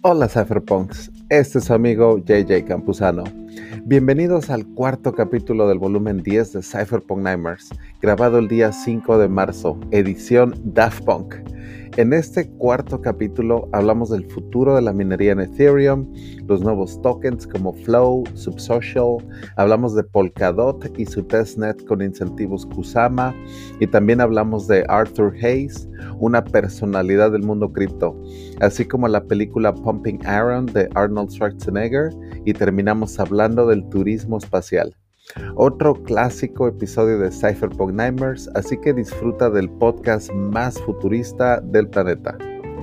Hola Cypherpunks, este es su amigo JJ Campuzano. Bienvenidos al cuarto capítulo del volumen 10 de Cypherpunk Nightmares, grabado el día 5 de marzo, edición Daft Punk. En este cuarto capítulo hablamos del futuro de la minería en Ethereum, los nuevos tokens como Flow, Subsocial, hablamos de Polkadot y su testnet con incentivos Kusama, y también hablamos de Arthur Hayes, una personalidad del mundo cripto, así como la película Pumping Iron de Arnold Schwarzenegger, y terminamos hablando del turismo espacial. Otro clásico episodio de Cypherpunk Nightmares, así que disfruta del podcast más futurista del planeta.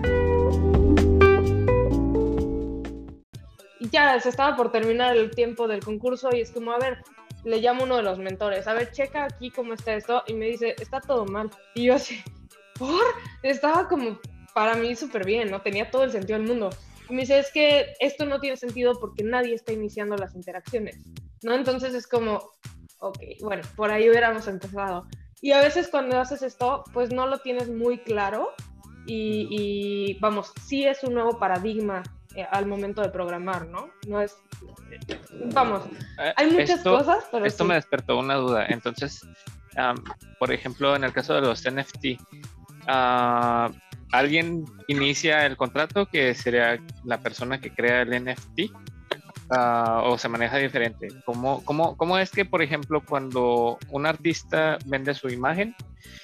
Ya se estaba por terminar el tiempo del concurso y es como, a ver, le llamo a uno de los mentores, a ver, checa aquí cómo está esto, y me dice, está todo mal. Y yo así, ¿por? Estaba como, para mí súper bien, ¿no? Tenía todo el sentido del mundo. Y me dice, es que esto no tiene sentido porque nadie está iniciando las interacciones, ¿no? Entonces es como, ok, bueno, por ahí hubiéramos empezado. Y a veces cuando haces esto, pues no lo tienes muy claro y vamos, sí es un nuevo paradigma al momento de programar, ¿no? No es, vamos, hay muchas cosas, pero esto sí. me despertó una duda. Entonces, por ejemplo, en el caso de los NFT, ¿alguien inicia el contrato, que sería la persona que crea el NFT? ¿O se maneja diferente? ¿Cómo es que, por ejemplo, cuando un artista vende su imagen,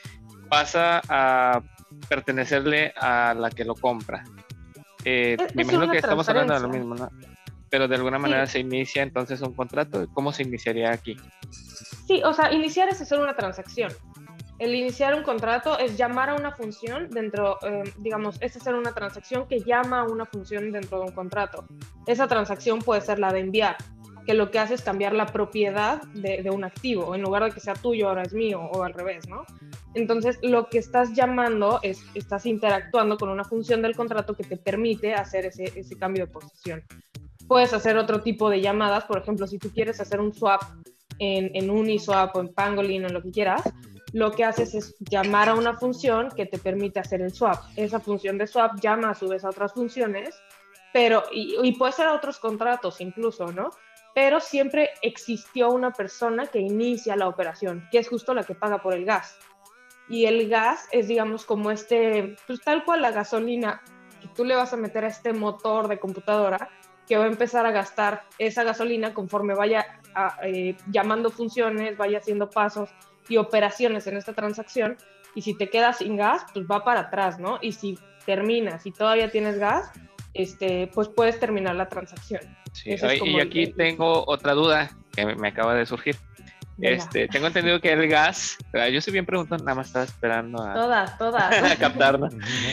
pasa a pertenecerle a la que lo compra? Me imagino que estamos hablando de lo mismo, ¿no? Pero de alguna manera se inicia entonces un contrato. ¿Cómo se iniciaría aquí? Sí, o sea, iniciar es hacer una transacción. El iniciar un contrato es llamar a una función dentro, digamos, es hacer una transacción que llama a una función dentro de un contrato. Esa transacción puede ser la de enviar, que lo que hace es cambiar la propiedad de un activo. En lugar de que sea tuyo, ahora es mío, o al revés, ¿no? Entonces, lo que estás llamando es, estás interactuando con una función del contrato que te permite hacer ese cambio de posesión. Puedes hacer otro tipo de llamadas, por ejemplo, si tú quieres hacer un swap en Uniswap o en Pangolin o en lo que quieras, lo que haces es llamar a una función que te permite hacer el swap. Esa función de swap llama a su vez a otras funciones, pero, y puede ser a otros contratos incluso, ¿no? Pero siempre existió una persona que inicia la operación, que es justo la que paga por el gas. Y el gas es, digamos, como pues tal cual la gasolina que tú le vas a meter a este motor de computadora, que va a empezar a gastar esa gasolina conforme vaya llamando funciones, vaya haciendo pasos y operaciones en esta transacción, y si te quedas sin gas, pues va para atrás, ¿no? Y si terminas y todavía tienes gas, pues puedes terminar la transacción. Sí, y aquí tengo otra duda que me acaba de surgir. Tengo entendido que el gas, yo soy bien preguntón, nada más estaba esperando a todas. a captarlo.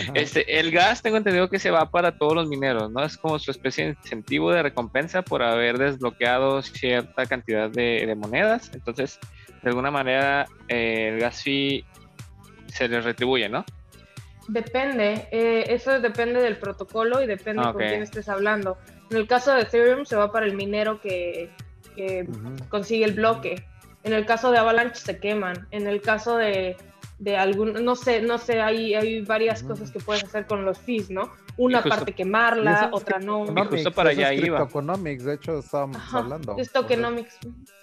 El gas tengo entendido que se va para todos los mineros, ¿no? Es como su especie de incentivo de recompensa por haber desbloqueado cierta cantidad de monedas. Entonces, de alguna manera, el gas fee se les retribuye, ¿no? Depende, eso depende del protocolo y depende con quién estés hablando. En el caso de Ethereum se va para el minero que consigue el bloque. En el caso de Avalanche se queman. En el caso de algún, no sé, hay varias cosas que puedes hacer con los fees, ¿no? Una parte quemarla, otra no. Y justo para allá iba. Economics, de hecho estábamos hablando. Es tokenomics.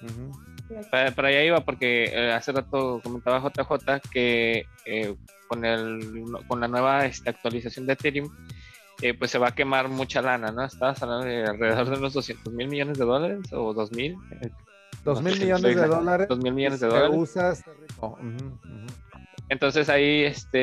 Para allá iba porque hace rato comentaba JJ que con la nueva actualización de Ethereum, pues se va a quemar mucha lana, ¿no? Estabas hablando de alrededor de unos $200 mil millones o 2,000. 2,000 millones de dólares. 2,000 millones de dólares. Usas. Entonces ahí,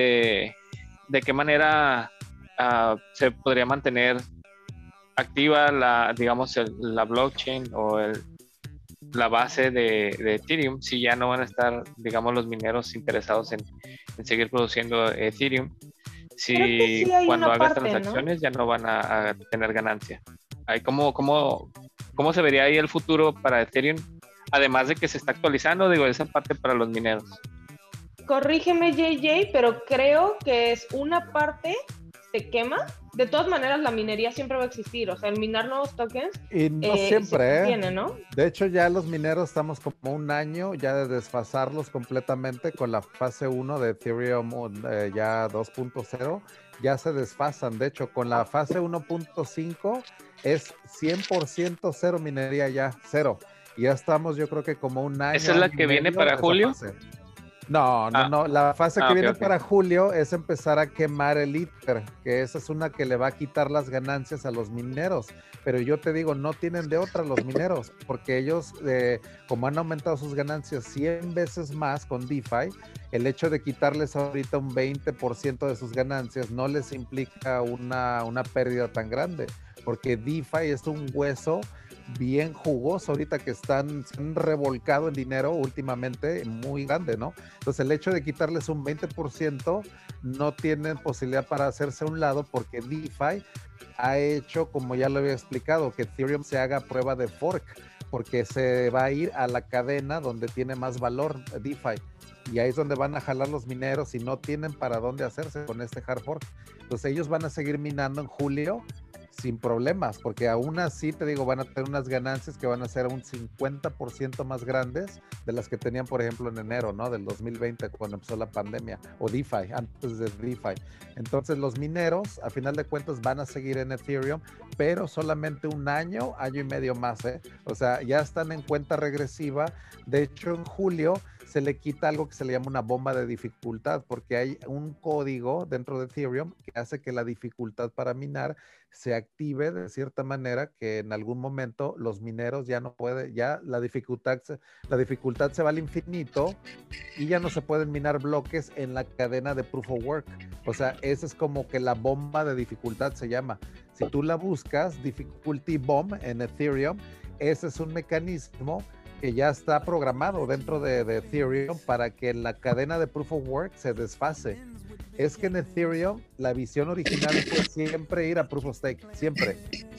¿de qué manera se podría mantener activa la blockchain o la base de Ethereum si ya no van a estar, digamos, los mineros interesados en seguir produciendo Ethereum? Si sí cuando hagas transacciones, ¿no? Ya no van a tener ganancia. ¿Cómo se vería ahí el futuro para Ethereum? Además de que se está actualizando, esa parte para los mineros. Corrígeme, JJ, pero creo que es una parte se quema de todas maneras la minería siempre va a existir, o sea, el minar nuevos tokens Y no siempre, tiene, ¿no? De hecho, ya los mineros estamos como un año ya de desfasarlos completamente con la fase 1 de Ethereum ya 2.0, ya se desfasan. De hecho, con la fase 1.5 es 100% cero minería ya, cero. Y ya estamos, yo creo que como un año. ¿Esa es la que viene para julio? No. La fase que viene ok. para julio es empezar a quemar el Ether, que esa es una que le va a quitar las ganancias a los mineros. Pero yo te digo, no tienen de otra los mineros, porque ellos, como han aumentado sus ganancias 100 veces más con DeFi, el hecho de quitarles ahorita un 20% de sus ganancias no les implica una pérdida tan grande, porque DeFi es un hueso bien jugoso ahorita que se han revolcado en dinero últimamente muy grande, ¿no? Entonces el hecho de quitarles un 20% no tienen posibilidad para hacerse a un lado, porque DeFi ha hecho, como ya lo había explicado, que Ethereum se haga prueba de fork, porque se va a ir a la cadena donde tiene más valor DeFi, y ahí es donde van a jalar los mineros y no tienen para dónde hacerse con este hard fork. Entonces ellos van a seguir minando en julio sin problemas, porque aún así, te digo, van a tener unas ganancias que van a ser un 50% más grandes de las que tenían, por ejemplo, en enero, ¿no? Del 2020, cuando empezó la pandemia, o DeFi, antes de DeFi. Entonces, los mineros, a final de cuentas, van a seguir en Ethereum, pero solamente un año y medio más, ¿eh? O sea, ya están en cuenta regresiva. De hecho, en julio se le quita algo que se le llama una bomba de dificultad, porque hay un código dentro de Ethereum que hace que la dificultad para minar se active de cierta manera, que en algún momento los mineros ya no pueden, ya la dificultad se va al infinito y ya no se pueden minar bloques en la cadena de Proof of Work. O sea, esa es como que la bomba de dificultad se llama. Si tú la buscas, Difficulty Bomb en Ethereum, ese es un mecanismo que ya está programado dentro de Ethereum para que la cadena de Proof of Work se desfase. Es que en Ethereum la visión original fue siempre ir a Proof of Stake, siempre,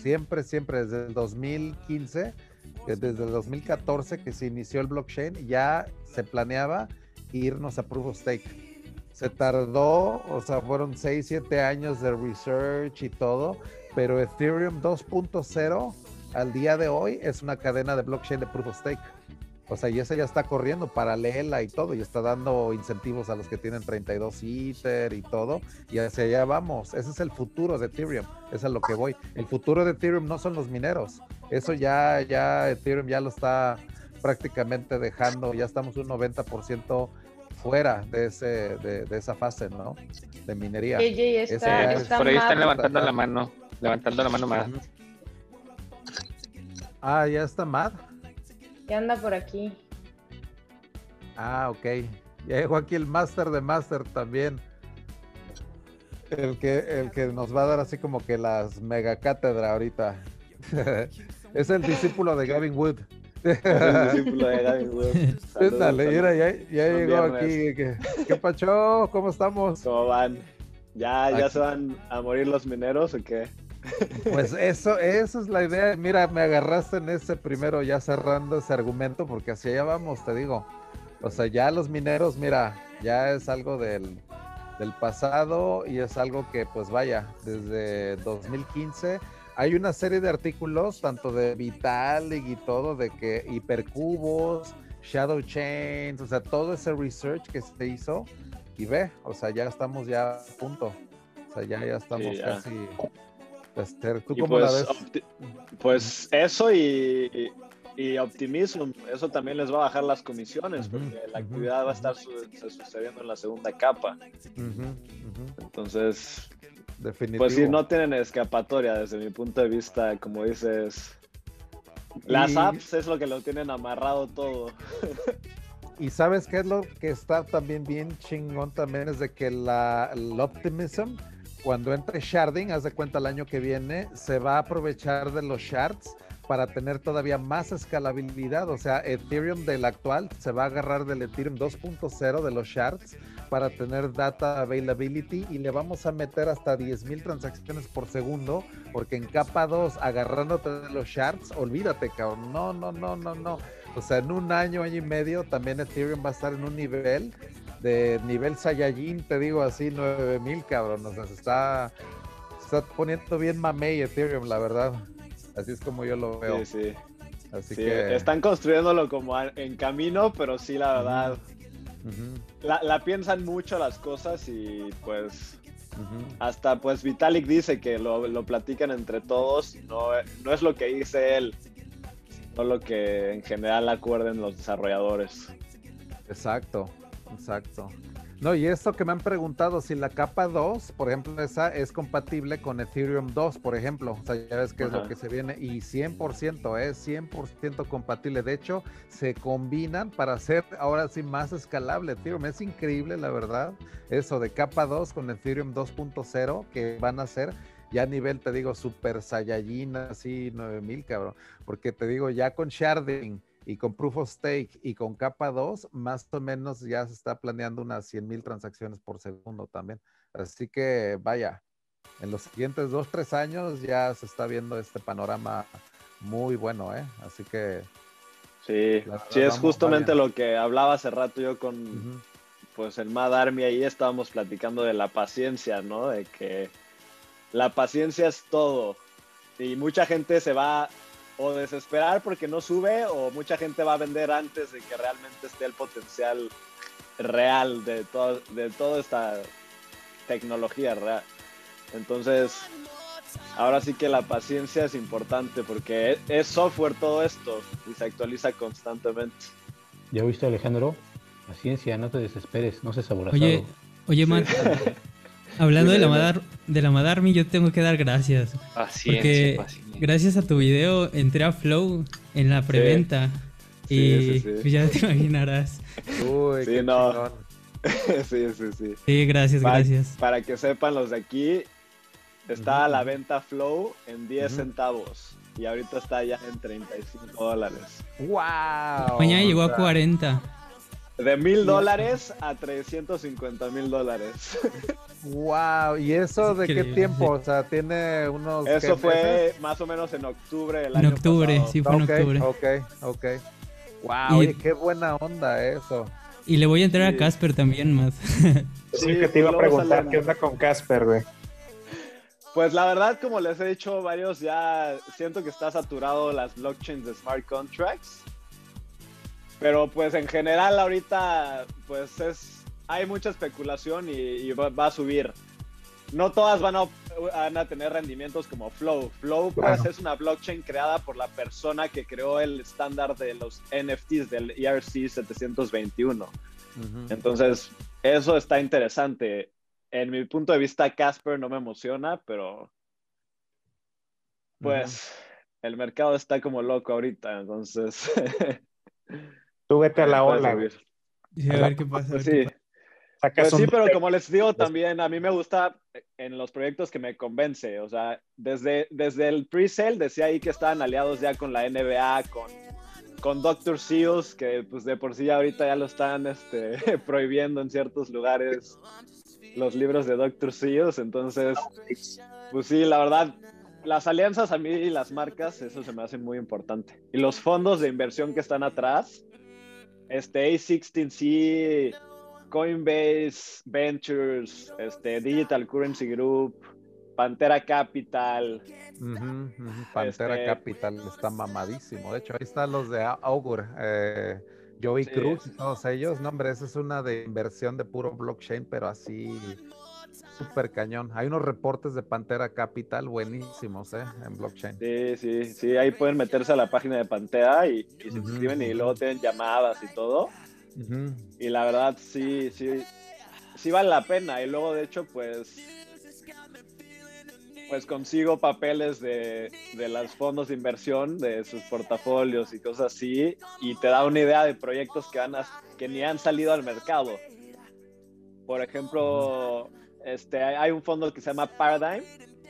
desde el 2015, desde el 2014 que se inició el blockchain, ya se planeaba irnos a Proof of Stake. Se tardó, o sea, fueron 6, 7 años de research y todo, pero Ethereum 2.0 al día de hoy es una cadena de blockchain de Proof of Stake. O sea, y esa ya está corriendo paralela y todo, y está dando incentivos a los que tienen 32 Ether y todo, y hacia allá vamos. Ese es el futuro de Ethereum, eso es a lo que voy. El futuro de Ethereum no son los mineros, eso ya Ethereum ya lo está prácticamente dejando, ya estamos un 90% fuera de esa fase, ¿no? De minería. Está por ahí están levantando la mano más. Ah, ya está Mad. Ya anda por aquí. Ah, ok. Ya llegó aquí el Master de Master también. El que nos va a dar así como que las mega cátedra ahorita. Es el discípulo de Gavin Wood. Es el discípulo de Gavin Wood. Dale, mira, ya llegó aquí. ¿Qué pacho? ¿Cómo estamos? ¿Cómo van? ¿Ya se van a morir los mineros o qué? Pues eso es la idea. Mira, me agarraste en ese primero, ya cerrando ese argumento, porque hacia allá vamos, te digo. O sea, ya los mineros, mira, ya es algo del pasado, y es algo que, pues vaya, desde 2015 hay una serie de artículos, tanto de Vitalik y todo, de que hipercubos, shadow chains, o sea, todo ese research que se hizo, y ve, o sea, ya estamos ya a punto. O sea, ya estamos sí, casi... ¿Tú cómo la ves? Pues eso y Optimism, eso también les va a bajar las comisiones, porque la actividad va a estar sucediendo en la segunda capa. Entonces, definitivo. Pues sí, no tienen escapatoria desde mi punto de vista, como dices. Las apps es lo que lo tienen amarrado todo. Y ¿sabes qué es lo que está también bien chingón también? Es de que el Optimism, cuando entre sharding, haz de cuenta el año que viene, se va a aprovechar de los shards para tener todavía más escalabilidad. O sea, Ethereum del actual se va a agarrar del Ethereum 2.0 de los shards para tener data availability, y le vamos a meter hasta 10,000 transacciones por segundo, porque en capa 2, agarrándote de los shards, olvídate, cabrón. No. O sea, en un año y medio también Ethereum va a estar en un nivel Saiyajin, te digo así, 9,000, cabrón. O sea, se está está poniendo bien mamey Ethereum, la verdad. Así es como yo lo veo. Sí. Así Sí, que están construyéndolo como en camino, pero sí, la verdad, la piensan mucho las cosas y pues hasta pues Vitalik dice que lo platican entre todos, no es lo que dice él, sino lo que en general acuerden los desarrolladores. Exacto. No, y esto que me han preguntado, si la capa 2, por ejemplo, esa es compatible con Ethereum 2, por ejemplo, o sea, ya ves que es lo que se viene, y 100%, es 100% compatible. De hecho, se combinan para hacer ahora sí más escalable Ethereum. Es increíble, la verdad, eso de capa 2 con Ethereum 2.0 que van a hacer ya a nivel, te digo, super Saiyajin, así 9000, cabrón, porque te digo, ya con sharding y con Proof of Stake y con capa 2, más o menos ya se está planeando unas 100,000 transacciones por segundo también. Así que vaya, en los siguientes 2-3 años ya se está viendo este panorama muy bueno, ¿eh? Así que... Sí, es justamente lo que hablaba hace rato yo con pues el Mad Army, ahí estábamos platicando de la paciencia, ¿no? De que la paciencia es todo. Y mucha gente se va o desesperar porque no sube, o mucha gente va a vender antes de que realmente esté el potencial real de toda esta tecnología real. Entonces, ahora sí que la paciencia es importante porque es software todo esto y se actualiza constantemente. ¿Ya viste, Alejandro? Paciencia, no te desesperes, no seas aborazado. Oye, Matt, hablando de la Mad Army, yo tengo que dar gracias. Paciencia. Gracias a tu video entré a Flow en la preventa. Y pues ya te imaginarás. Uy, qué chingón. Sí. Sí, gracias. Para que sepan los de aquí, está a la venta Flow en 10 centavos. Y ahorita está ya en $35. ¡Wow! Mañana llegó a 40. De $1,000 a $350,000. ¡Wow! ¿Y eso de qué tiempo? O sea, tiene unos... Eso fue más o menos en octubre del año pasado. En octubre, sí, fue en octubre. Ok. ¡Wow! Oye, qué buena onda eso. Y le voy a entrar a Casper también, más. Sí, que te iba a preguntar qué onda con Casper, güey. Pues la verdad, como les he dicho varios, ya siento que está saturado las blockchains de smart contracts. Pero pues en general ahorita pues hay mucha especulación y va a subir. No todas van a tener rendimientos como Flow. Flow pues es una blockchain creada por la persona que creó el estándar de los NFTs del ERC 721. Entonces eso está interesante. En mi punto de vista Casper no me emociona, pero pues el mercado está como loco ahorita, entonces... Tú vete a la ola. Sí, a ver qué pasa. Sí. Pues sí, pero como les digo también, a mí me gusta en los proyectos que me convence. O sea, desde el pre-sale decía ahí que estaban aliados ya con la NBA, con Dr. Seuss, que pues de por sí ahorita ya lo están prohibiendo en ciertos lugares los libros de Dr. Seuss. Entonces, pues sí, la verdad, las alianzas a mí y las marcas, eso se me hace muy importante. Y los fondos de inversión que están atrás, A16C, Coinbase Ventures, Digital Currency Group, Pantera Capital. Pantera Capital está mamadísimo. De hecho, ahí están los de Augur, Joey Cruz y todos ellos. No, hombre, esa es una de inversión de puro blockchain, pero así súper cañón. Hay unos reportes de Pantera Capital buenísimos, en blockchain. Sí, ahí pueden meterse a la página de Pantera y se inscriben y luego tienen llamadas y todo. Y la verdad sí vale la pena. Y luego de hecho pues consigo papeles de los fondos de inversión, de sus portafolios y cosas así, y te da una idea de proyectos que ni han salido al mercado. Por ejemplo, hay un fondo que se llama Paradigm.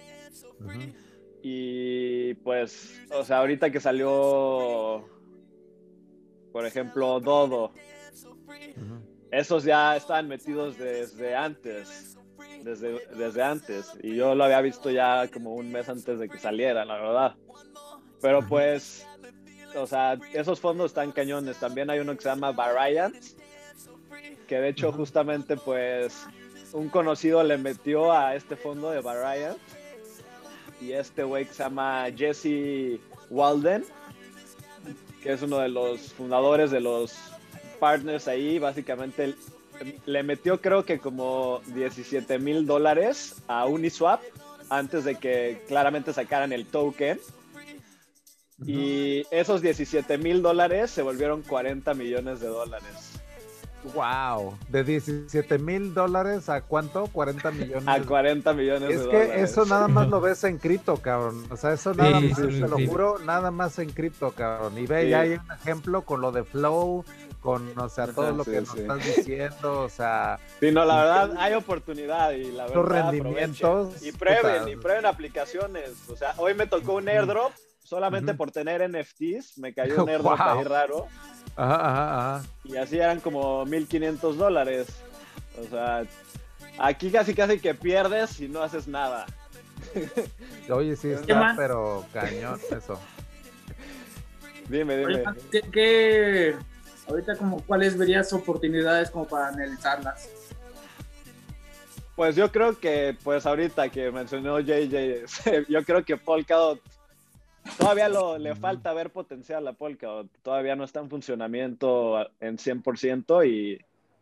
Y pues, o sea, ahorita que salió, por ejemplo, Dodo, esos ya estaban metidos desde antes, y yo lo había visto ya como un mes antes de que saliera, la verdad. Pero pues, o sea, esos fondos están cañones. También hay uno que se llama Variant, que de hecho justamente pues un conocido le metió a este fondo de Variant y este güey que se llama Jesse Walden, que es uno de los fundadores de los partners ahí, básicamente le metió creo que como $17,000 a Uniswap antes de que claramente sacaran el token. Y esos $17,000 se volvieron $40 millones. Wow, de $17,000 a ¿cuánto? 40 millones. A 40 millones de dólares. Es que eso nada más lo ves en cripto, cabrón. O sea, eso nada más, te lo juro, nada más en cripto, cabrón. Y ve, ya hay un ejemplo con lo de Flow, con, o sea, todo lo que nos estás diciendo, o sea. Sí, no, la verdad, hay oportunidad y la verdad, los rendimientos. Aprovechen. Y prueben aplicaciones. O sea, hoy me tocó un airdrop, solamente por tener NFTs, me cayó un airdrop ahí raro. Ajá. Y así eran como $1,500. O sea, aquí casi que pierdes y no haces nada. Oye, sí está, pero cañón eso. Dime. Oye, ¿qué ahorita cuáles verías oportunidades como para analizarlas? Pues yo creo que, pues ahorita que mencionó JJ, yo creo que Polkadot todavía le falta ver potencial a Polkadot. Todavía no está en funcionamiento en 100% y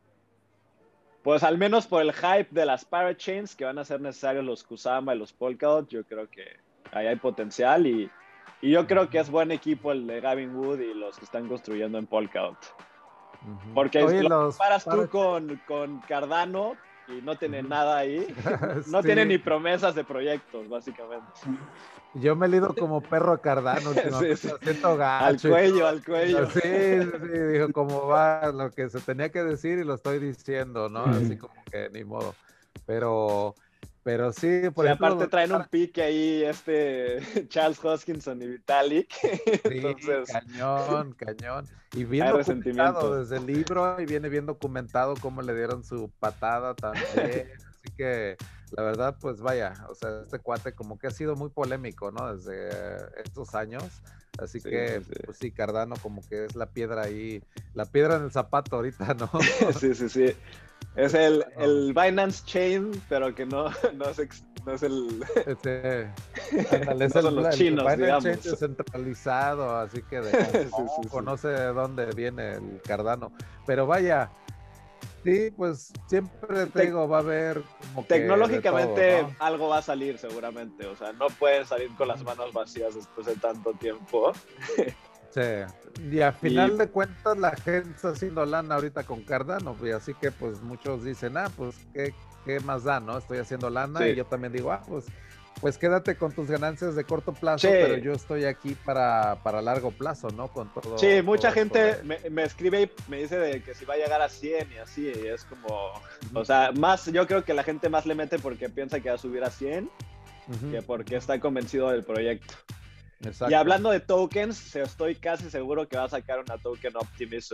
pues al menos por el hype de las parachains que van a ser necesarios los Kusama y los Polkadot, yo creo que ahí hay potencial y yo creo que es buen equipo el de Gavin Wood y los que están construyendo en Polkadot. Porque lo comparas tú con Cardano y no tiene nada ahí. No tiene ni promesas de proyectos, básicamente. Yo me he lido como perro Cardano últimamente, sí. Siento gacho. Al cuello. Sí, dijo como va lo que se tenía que decir y lo estoy diciendo, ¿no? Así como que ni modo. Pero sí, por ejemplo. Aparte traen un pique ahí, Charles Hoskinson y Vitalik. Sí, entonces, cañón. Y bien documentado desde el libro y viene bien documentado cómo le dieron su patada también. Así que la verdad, pues vaya, o sea, este cuate como que ha sido muy polémico, ¿no? Desde estos años. Así que, pues sí, Cardano como que es la piedra ahí, la piedra en el zapato ahorita, ¿no? Sí. Es el Binance Chain, pero que no es el... no son los chinos, el digamos. Chain descentralizado, así que no sé de dónde viene el Cardano. Pero vaya, sí, pues siempre te digo, va a haber como que tecnológicamente todo, ¿no? algo va a salir seguramente, o sea, no puedes salir con las manos vacías después de tanto tiempo. Sí, y a final de cuentas la gente está haciendo lana ahorita con Cardano, y así que pues muchos dicen, pues ¿qué más da, no? Estoy haciendo lana y yo también digo, pues quédate con tus ganancias de corto plazo, pero yo estoy aquí para largo plazo, ¿no? Con todo. Sí, mucha gente me escribe y me dice de que si va a llegar a 100 y así, y es como, o sea, más, yo creo que la gente más le mete porque piensa que va a subir a 100 que porque está convencido del proyecto. Exacto. Y hablando de tokens, estoy casi seguro que va a sacar una token Optimism.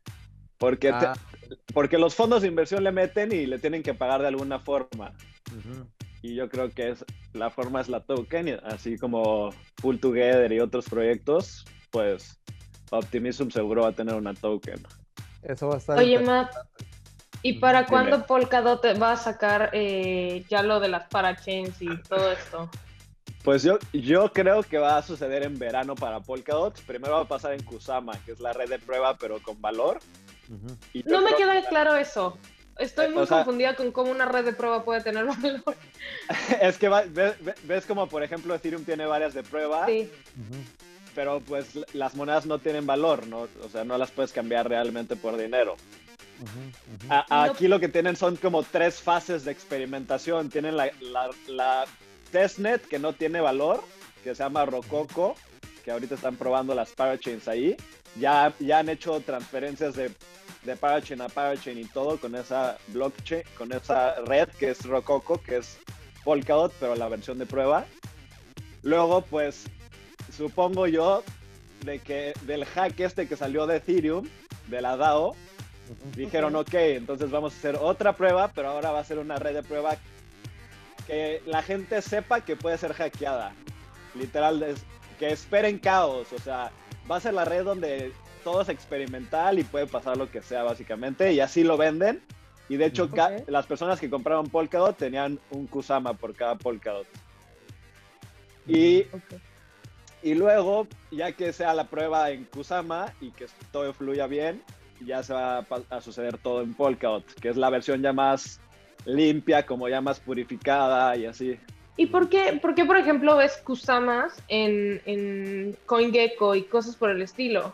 Porque los fondos de inversión le meten y le tienen que pagar de alguna forma. Y yo creo que la forma es la token, así como Pull Together y otros proyectos, pues Optimism seguro va a tener una token. Eso va a estar. Oye, Matt, ¿y para cuándo Polkadot va a sacar ya lo de las parachains y todo esto? Pues yo creo que va a suceder en verano para Polkadot. Primero va a pasar en Kusama, que es la red de prueba, pero con valor. Y no me queda claro eso. Estoy muy confundida con cómo una red de prueba puede tener valor. Es que ves como, por ejemplo, Ethereum tiene varias de prueba, pero pues las monedas no tienen valor, ¿no? O sea, no las puedes cambiar realmente por dinero. Aquí lo que tienen son como 3 fases de experimentación. Tienen la testnet, que no tiene valor, que se llama Rococo, que ahorita están probando las parachains ahí. Ya han hecho transferencias de parachain a parachain y todo con esa blockchain, con esa red que es Rococo, que es Polkadot, pero la versión de prueba. Luego, pues, supongo yo de que del hack que salió de Ethereum, de la DAO, dijeron, ok, entonces vamos a hacer otra prueba, pero ahora va a ser una red de prueba que la gente sepa que puede ser hackeada. Literal, que esperen caos, o sea, va a ser la red donde todo es experimental y puede pasar lo que sea, básicamente, y así lo venden. Y de hecho, las personas que compraron Polkadot tenían un Kusama por cada Polkadot. Y luego, ya que sea la prueba en Kusama y que todo fluya bien, ya se va a suceder todo en Polkadot, que es la versión ya más limpia, como ya más purificada y así. ¿Y por qué, por ejemplo, ves Kusamas en CoinGecko y cosas por el estilo?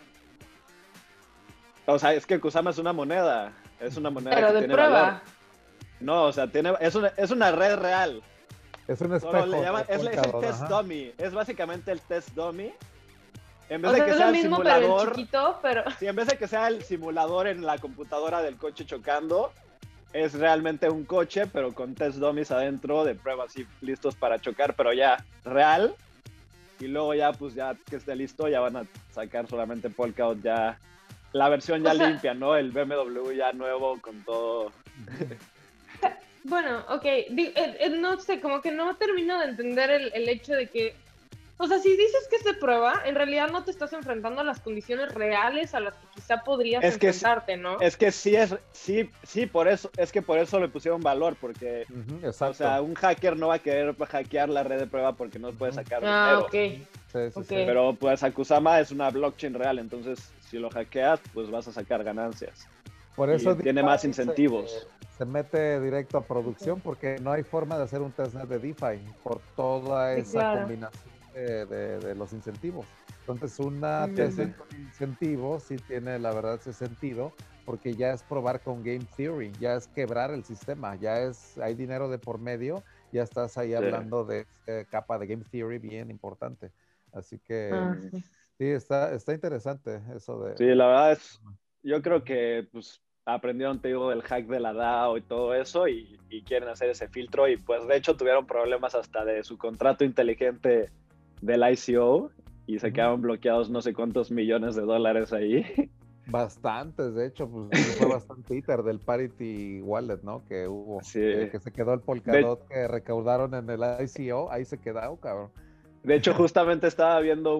O sea, es que Kusama es una moneda. Es una moneda pero que de tiene prueba. valor. No, o sea, es una red real. Es un espejo. Es el test dummy. Es básicamente el test dummy. En vez o de sea, que es sea lo el mismo, simulador, pero en chiquito, pero... Sí, en vez de que sea el simulador en la computadora del coche chocando, es realmente un coche, pero con test dummies adentro de pruebas y listos para chocar, pero ya real. Y luego ya, pues ya que esté listo, ya van a sacar solamente Polkadot ya... La versión ya limpia, ¿no? El BMW ya nuevo con todo. Bueno, ok. No sé, como que no termino de entender el hecho de que... O sea, si dices que es de prueba, en realidad no te estás enfrentando a las condiciones reales a las que quizá podrías enfrentarte, ¿no? Es que sí, por eso, es que por eso le pusieron valor, porque, o sea, un hacker no va a querer hackear la red de prueba porque no puede sacar dinero. Ok. Sí. Pero pues Kusama es una blockchain real, entonces si lo hackeas, pues vas a sacar ganancias. Por eso tiene más incentivos. Se mete directo a producción porque no hay forma de hacer un testnet de DeFi por toda esa combinación de los incentivos. Entonces una testnet con incentivos sí tiene la verdad ese sentido, porque ya es probar con Game Theory, ya es quebrar el sistema, hay dinero de por medio, ya estás ahí hablando de capa de Game Theory bien importante. Así que sí, está interesante eso de... Sí, la verdad yo creo que pues aprendieron, te digo, del hack de la DAO y todo eso y quieren hacer ese filtro y pues de hecho tuvieron problemas hasta de su contrato inteligente del ICO y se quedaron bloqueados no sé cuántos millones de dólares ahí. Bastantes, de hecho, pues fue bastante ITER del Parity Wallet, ¿no? Que hubo, sí. Que se quedó el Polkadot que recaudaron en el ICO, ahí se quedó, cabrón. De hecho, justamente estaba viendo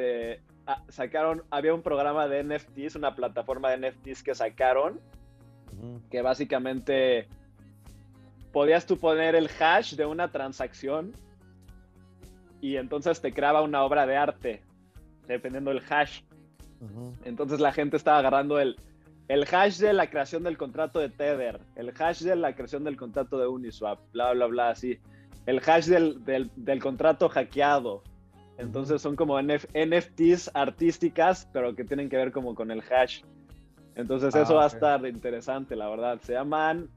había un programa de NFTs, una plataforma de NFTs que sacaron, que básicamente podías tú poner el hash de una transacción y entonces te creaba una obra de arte, dependiendo del hash. Entonces la gente estaba agarrando el hash de la creación del contrato de Tether, el hash de la creación del contrato de Uniswap, bla, bla, bla, así. El hash del contrato hackeado. Entonces son como NFTs artísticas, pero que tienen que ver como con el hash. Entonces eso va a estar interesante, la verdad. Se llaman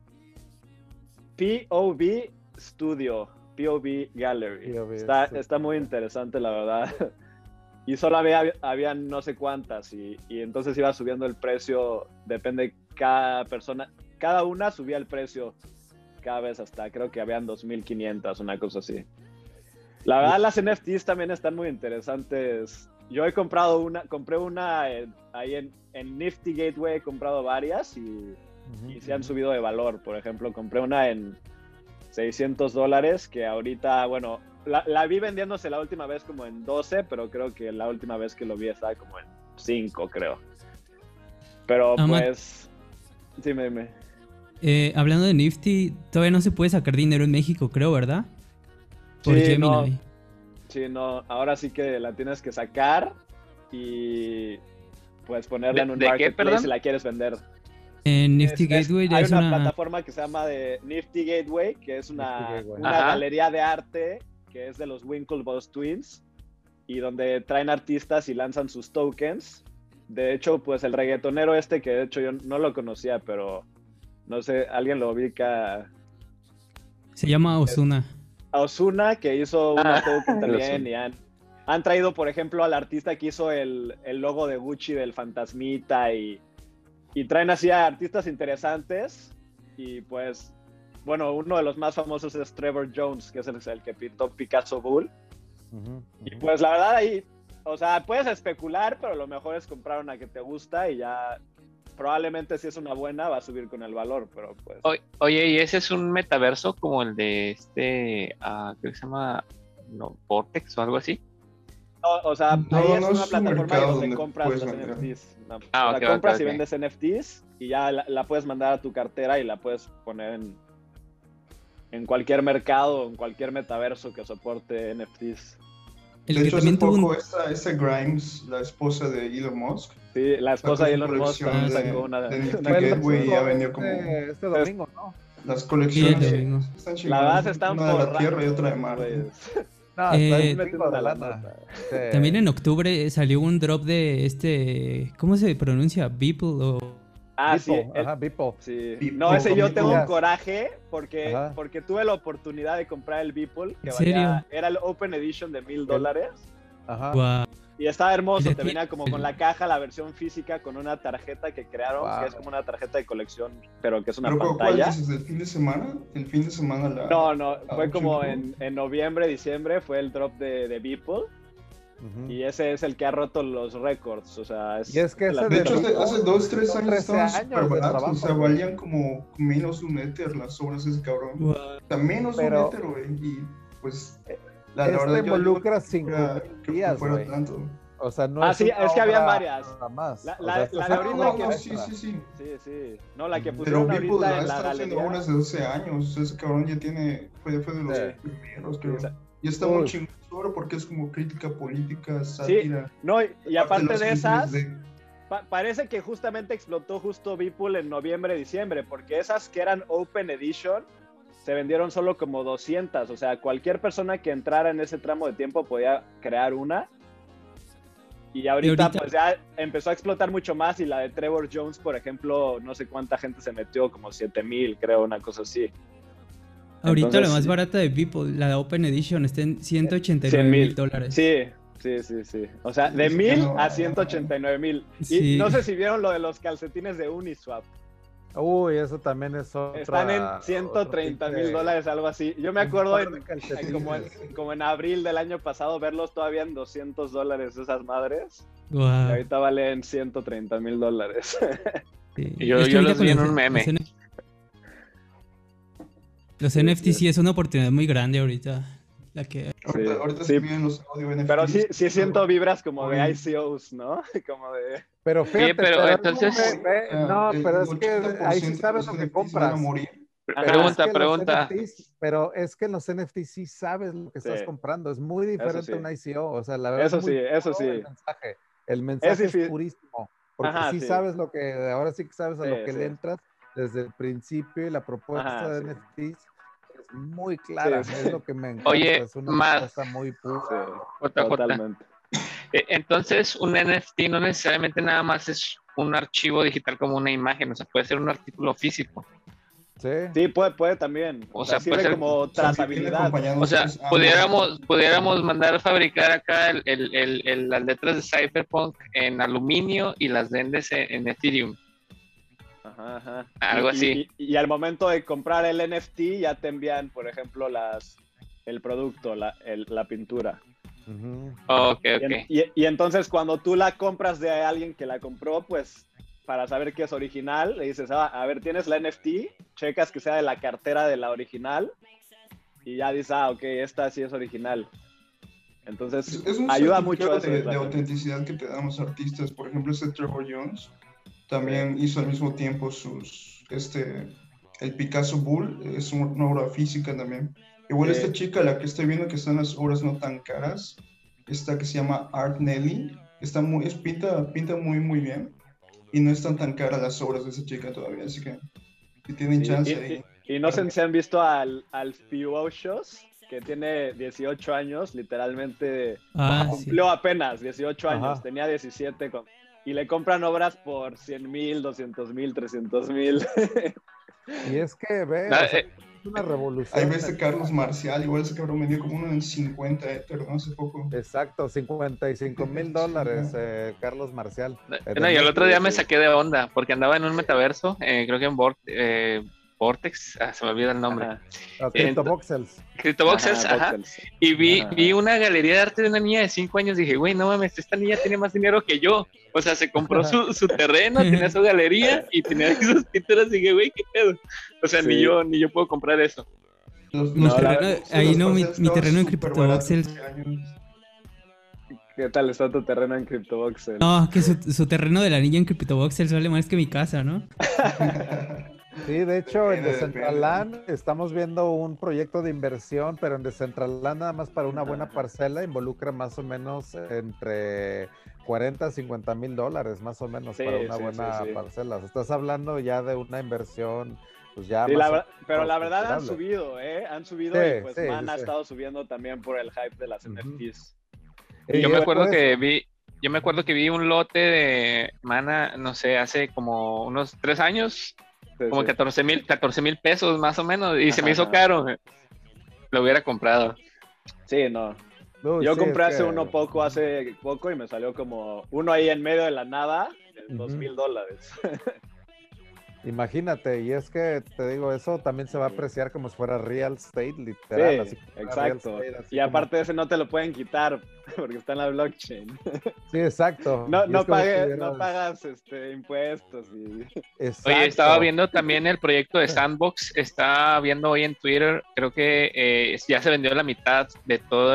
POV Studio, POV Gallery. Está muy interesante, la verdad. Y solo había no sé cuántas y entonces iba subiendo el precio, depende cada persona, cada una subía el precio cada vez hasta, creo que habían 2,500, una cosa así. La verdad, las NFTs también están muy interesantes. Yo compré una ahí en Nifty Gateway, he comprado varias y se han subido de valor. Por ejemplo, compré una en $600, que ahorita, bueno, la vi vendiéndose la última vez como en 12, pero creo que la última vez que lo vi estaba como en 5, creo. Pero pues, dime. Hablando de Nifty, todavía no se puede sacar dinero en México, creo, ¿verdad? Por Gemini. No, ahora sí que la tienes que sacar y pues ponerla en un marketplace si la quieres vender. En Nifty Gateway hay una plataforma que se llama de Nifty Gateway, que es una galería de arte que es de los Winklevoss Twins y donde traen artistas y lanzan sus tokens. De hecho, pues el reggaetonero que de hecho yo no lo conocía, pero no sé, alguien lo ubica. Se llama Ozuna. Ozuna, que hizo una token también y han traído, por ejemplo, al artista que hizo el logo de Gucci del fantasmita y traen así a artistas interesantes y pues, bueno, uno de los más famosos es Trevor Jones, que es el que pintó Picasso Bull. Y pues la verdad ahí, o sea, puedes especular, pero lo mejor es comprar una que te gusta y ya probablemente si es una buena va a subir con el valor, pero pues... Oye, ¿y ese es un metaverso como el de creo que se llama Vortex o algo así? No, o sea, ahí es una plataforma donde compras las NFTs. Compras y vendes NFTs y ya la puedes mandar a tu cartera y la puedes poner en cualquier mercado, en cualquier metaverso que soporte NFTs. De hecho, hace poco esta Grimes, la esposa de Elon Musk. Sí, la esposa de Elon Musk sacó una... Gateway ya vendió como... Este domingo, ¿no? Las colecciones están chingadas. La verdad están una de la Tierra y otra de Mar. No, metiendo de lana. También en octubre salió un drop de ¿cómo se pronuncia? Beeple o... Beeple, ajá, Beeple. Sí. Beeple. No, ese yo tengo un coraje porque tuve la oportunidad de comprar el Beeple, que era el Open Edition de $1,000. Ajá. Wow. Y estaba hermoso, te venía como con la caja, la versión física, con una tarjeta que crearon, que es como una tarjeta de colección, pero que es una pantalla. ¿Cuál dices? ¿El fin de semana? ¿El fin de semana? No, fue como en noviembre, diciembre, fue el drop de Beeple. Y ese es el que ha roto los récords, o sea... Y es que de hecho, hace 2-3 años estaban súper baratos, o sea, valían como menos de un Ether las obras de ese cabrón. Wow. O sea, menos de un Ether, güey, y pues... La verdad, involucra 5 días, güey. O sea, no es sí, es que habían varias. Nada más. La de ahorita Sí. No, la que pusieron ahorita en la galería. Pero obras de 12 años, ese cabrón ya fue de los primeros, creo. Y está muy chingón porque es como crítica política, sátira. Sí, no, y aparte de esas, parece que justamente explotó justo Beeple en noviembre, diciembre, porque esas que eran Open Edition se vendieron solo como 200, o sea, cualquier persona que entrara en ese tramo de tiempo podía crear una. Y ahorita pues ya empezó a explotar mucho más, y la de Trevor Jones, por ejemplo, no sé cuánta gente se metió, como 7,000, creo, una cosa así. Ahorita entonces, la más barata de Beeple, la de Open Edition, está en $189,000. Sí. O sea, de 1,000 a 189,000. Y no sé si vieron lo de los calcetines de Uniswap. Uy, eso también es otra... Están en $130,000, algo así. Yo me acuerdo como en abril del año pasado verlos todavía en $200 esas madres. Wow. Y ahorita valen $130,000. Sí. Yo los vi en un meme. Los NFT sí es una oportunidad muy grande ahorita. Ahorita sí vienen los audio NFTs. Pero sí siento vibras como de ICOs, ¿no? Como de... Pero fíjate, pero entonces... pero es que ahí sí sabes lo que compras. Pregunta. Pero es que en los NFTs sí sabes lo que estás comprando. Es muy diferente a un ICO. O sea, la verdad eso sí. El mensaje es purísimo. Porque sabes lo que... Ahora sí que sabes a lo que le entras desde el principio, y la propuesta de NFTs es muy clara. Es lo que me encanta. Oye, es una cosa muy pura. Totalmente. Entonces, un NFT no necesariamente nada más es un archivo digital como una imagen, o sea, puede ser un artículo físico. Sí, puede también. O sea, puede ser como trazabilidad. O sea, pudiéramos mandar a fabricar acá las letras de Cypherpunk en aluminio y las vendes en Ethereum. Ajá. Algo así. Y al momento de comprar el NFT ya te envían, por ejemplo, el producto, la pintura. Okay. Y entonces cuando tú la compras de alguien que la compró, pues para saber que es original, le dices, a ver, ¿tienes la NFT? Checas que sea de la cartera de la original y ya dices, ok, esta sí es original. Entonces es un ayuda mucho de autenticidad que te dan los artistas. Por ejemplo, Trevor Jones también hizo al mismo tiempo el Picasso Bull, es una obra física también. Igual esta chica, la que estoy viendo que están las obras no tan caras, esta que se llama Art Nelly, pinta muy bien, y no están tan caras las obras de esa chica todavía, así que si tienen chance ahí. Y no sé si han visto al Fewocious, que tiene 18 años, literalmente cumplió apenas 18 años, tenía 17 y le compran obras por 100,000, 200,000, 300,000. Y es que es una revolución. Ahí ves Carlos Marcial, igual ese cabrón vendió como uno en 50 Ether, ¿no? Hace poco. Exacto, $55,000, Carlos Marcial. Y el otro día me saqué de onda, porque andaba en un metaverso, creo que en Vortex, se me olvida el nombre. CryptoVoxels. Ajá. Y vi una galería de arte de una niña de 5 años y dije, güey, no mames, esta niña tiene más dinero que yo. O sea, se compró su terreno, tenía su galería y tenía esas pinturas y dije, güey, qué pedo. O sea, ni yo puedo comprar eso. Mi terreno en CryptoVoxels. ¿Qué tal está tu terreno en CryptoVoxels? No, que su terreno de la niña en CryptoVoxels vale más que mi casa, ¿no? Sí, de hecho, en Decentraland estamos viendo un proyecto de inversión, pero en Decentraland nada más para una buena parcela involucra más o menos entre 40 a 50 mil dólares, más o menos, para una buena parcela. Estás hablando ya de una inversión, pues ya más pero la verdad han subido, Han subido y pues ha estado subiendo también por el hype de las NFTs. Yo me acuerdo que vi un lote de Mana, no sé, hace como unos 3 años, como 14 mil pesos más o menos, y se me hizo caro. Lo hubiera comprado. Sí, no. Yo compré hace poco y me salió como uno ahí en medio de la nada, $2,000. Imagínate, y es que te digo, eso también se va a apreciar como si fuera real estate, literal. Sí, exacto. Y aparte de ese no te lo pueden quitar porque está en la blockchain. Sí, exacto. No pagas impuestos. Oye, estaba viendo también el proyecto de Sandbox, estaba viendo hoy en Twitter, creo que ya se vendió la mitad de todo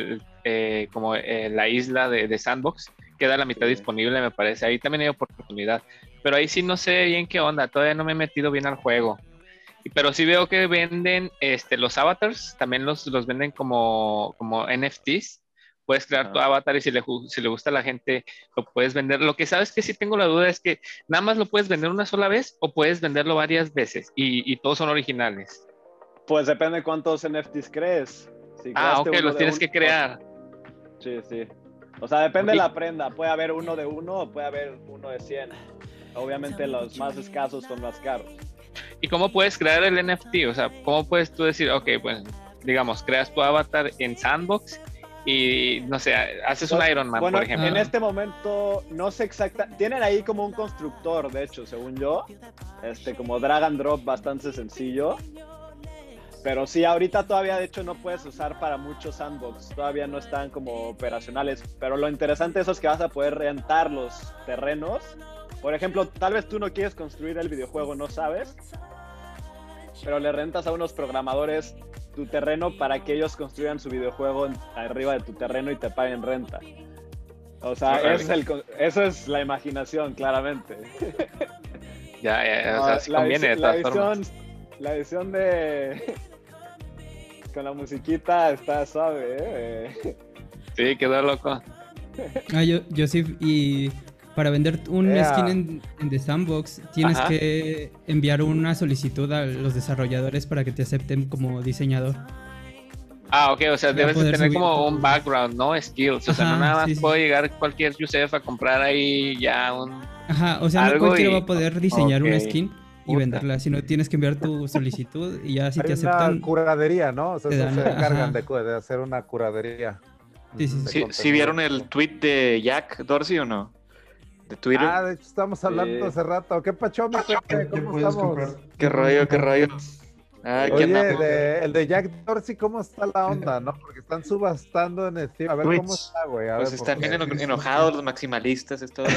la isla de Sandbox, queda la mitad disponible, me parece. Ahí también hay oportunidad. Pero ahí sí no sé bien qué onda, todavía no me he metido bien al juego. Pero sí veo que venden los avatars, también los venden como NFTs. Puedes crear tu avatar y si le gusta a la gente, lo puedes vender. Lo que sabes que sí tengo la duda es que nada más lo puedes vender una sola vez o puedes venderlo varias veces y todos son originales. Pues depende de cuántos NFTs crees. Ok, los tienes que crear. Sí. O sea, depende de la prenda. Puede haber uno de uno o puede haber uno de 100. Obviamente los más escasos son más caros. ¿Y cómo puedes crear el NFT? O sea, ¿cómo puedes tú decir, ok, pues, digamos, creas tu avatar en Sandbox y, no sé, haces un Iron Man, por ejemplo? En este momento no sé exactamente. Tienen ahí como un constructor, de hecho, según yo. Como drag and drop bastante sencillo. Pero sí, ahorita todavía, de hecho, no puedes usar para muchos Sandbox. Todavía no están como operacionales. Pero lo interesante de eso es que vas a poder rentar los terrenos. Por ejemplo, tal vez tú no quieres construir el videojuego, no sabes, pero le rentas a unos programadores tu terreno para que ellos construyan su videojuego arriba de tu terreno y te paguen renta. O sea, eso es la imaginación, claramente. Ya, o sea, conviene de todas formas. La edición con la musiquita está suave, Sí, quedó loco. Yo sí, y para vender un skin en The Sandbox tienes que enviar una solicitud a los desarrolladores para que te acepten como diseñador. Ok, o sea, debes de tener como un background, ¿no? Skills, o sea, no nada más puede llegar cualquier Yusef a comprar ahí ya un... o sea, no cualquiera va a poder diseñar una skin y venderla, sino tienes que enviar tu solicitud y ya si te aceptan... Una curadería, ¿no? O sea, se encargan de hacer una curadería. ¿Sí vieron el tweet de Jack Dorsey o no? De Twitter. De hecho estamos hablando hace rato. ¿Qué pacho, mi gente? ¿Cómo estamos? ¿Qué rollo? Oye, el de Jack Dorsey, ¿cómo está la onda, no? Porque están subastando en Steam. A ver Twitch. ¿Cómo está, güey? Pues están bien enojados los maximalistas. Es todo.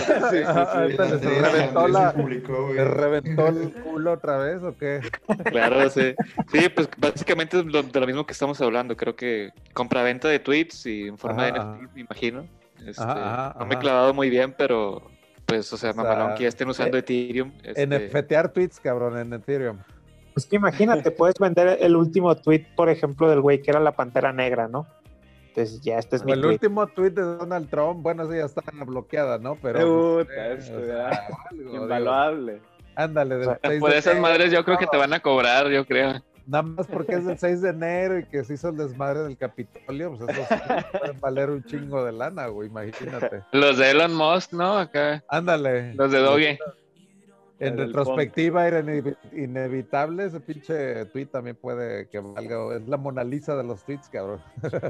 ¿Les reventó el culo otra vez o qué? Claro, sí. Sí, pues básicamente es de lo mismo que estamos hablando. Creo que compraventa de tweets y en forma de NFT, me imagino. No me he clavado muy bien, pero pues, o sea, mamalón que ya estén usando Ethereum. NFTear tweets, cabrón, en Ethereum. Pues que imagínate, puedes vender el último tweet, por ejemplo, del güey que era la Pantera Negra, ¿no? Entonces ya este es mi tweet. El último tweet de Donald Trump, bueno, sí, ya está bloqueada, ¿no? Pero... invaluable. Ándale. Por esas madres yo creo que te van a cobrar, yo creo. Nada más porque es del 6 de enero y que se hizo el desmadre del Capitolio, pues eso puede valer un chingo de lana, güey, imagínate. Los de Elon Musk, ¿no? Acá. Ándale. Los de Doge. En retrospectiva era inevitable, ese pinche tweet también puede que valga, es la Mona Lisa de los tweets, cabrón.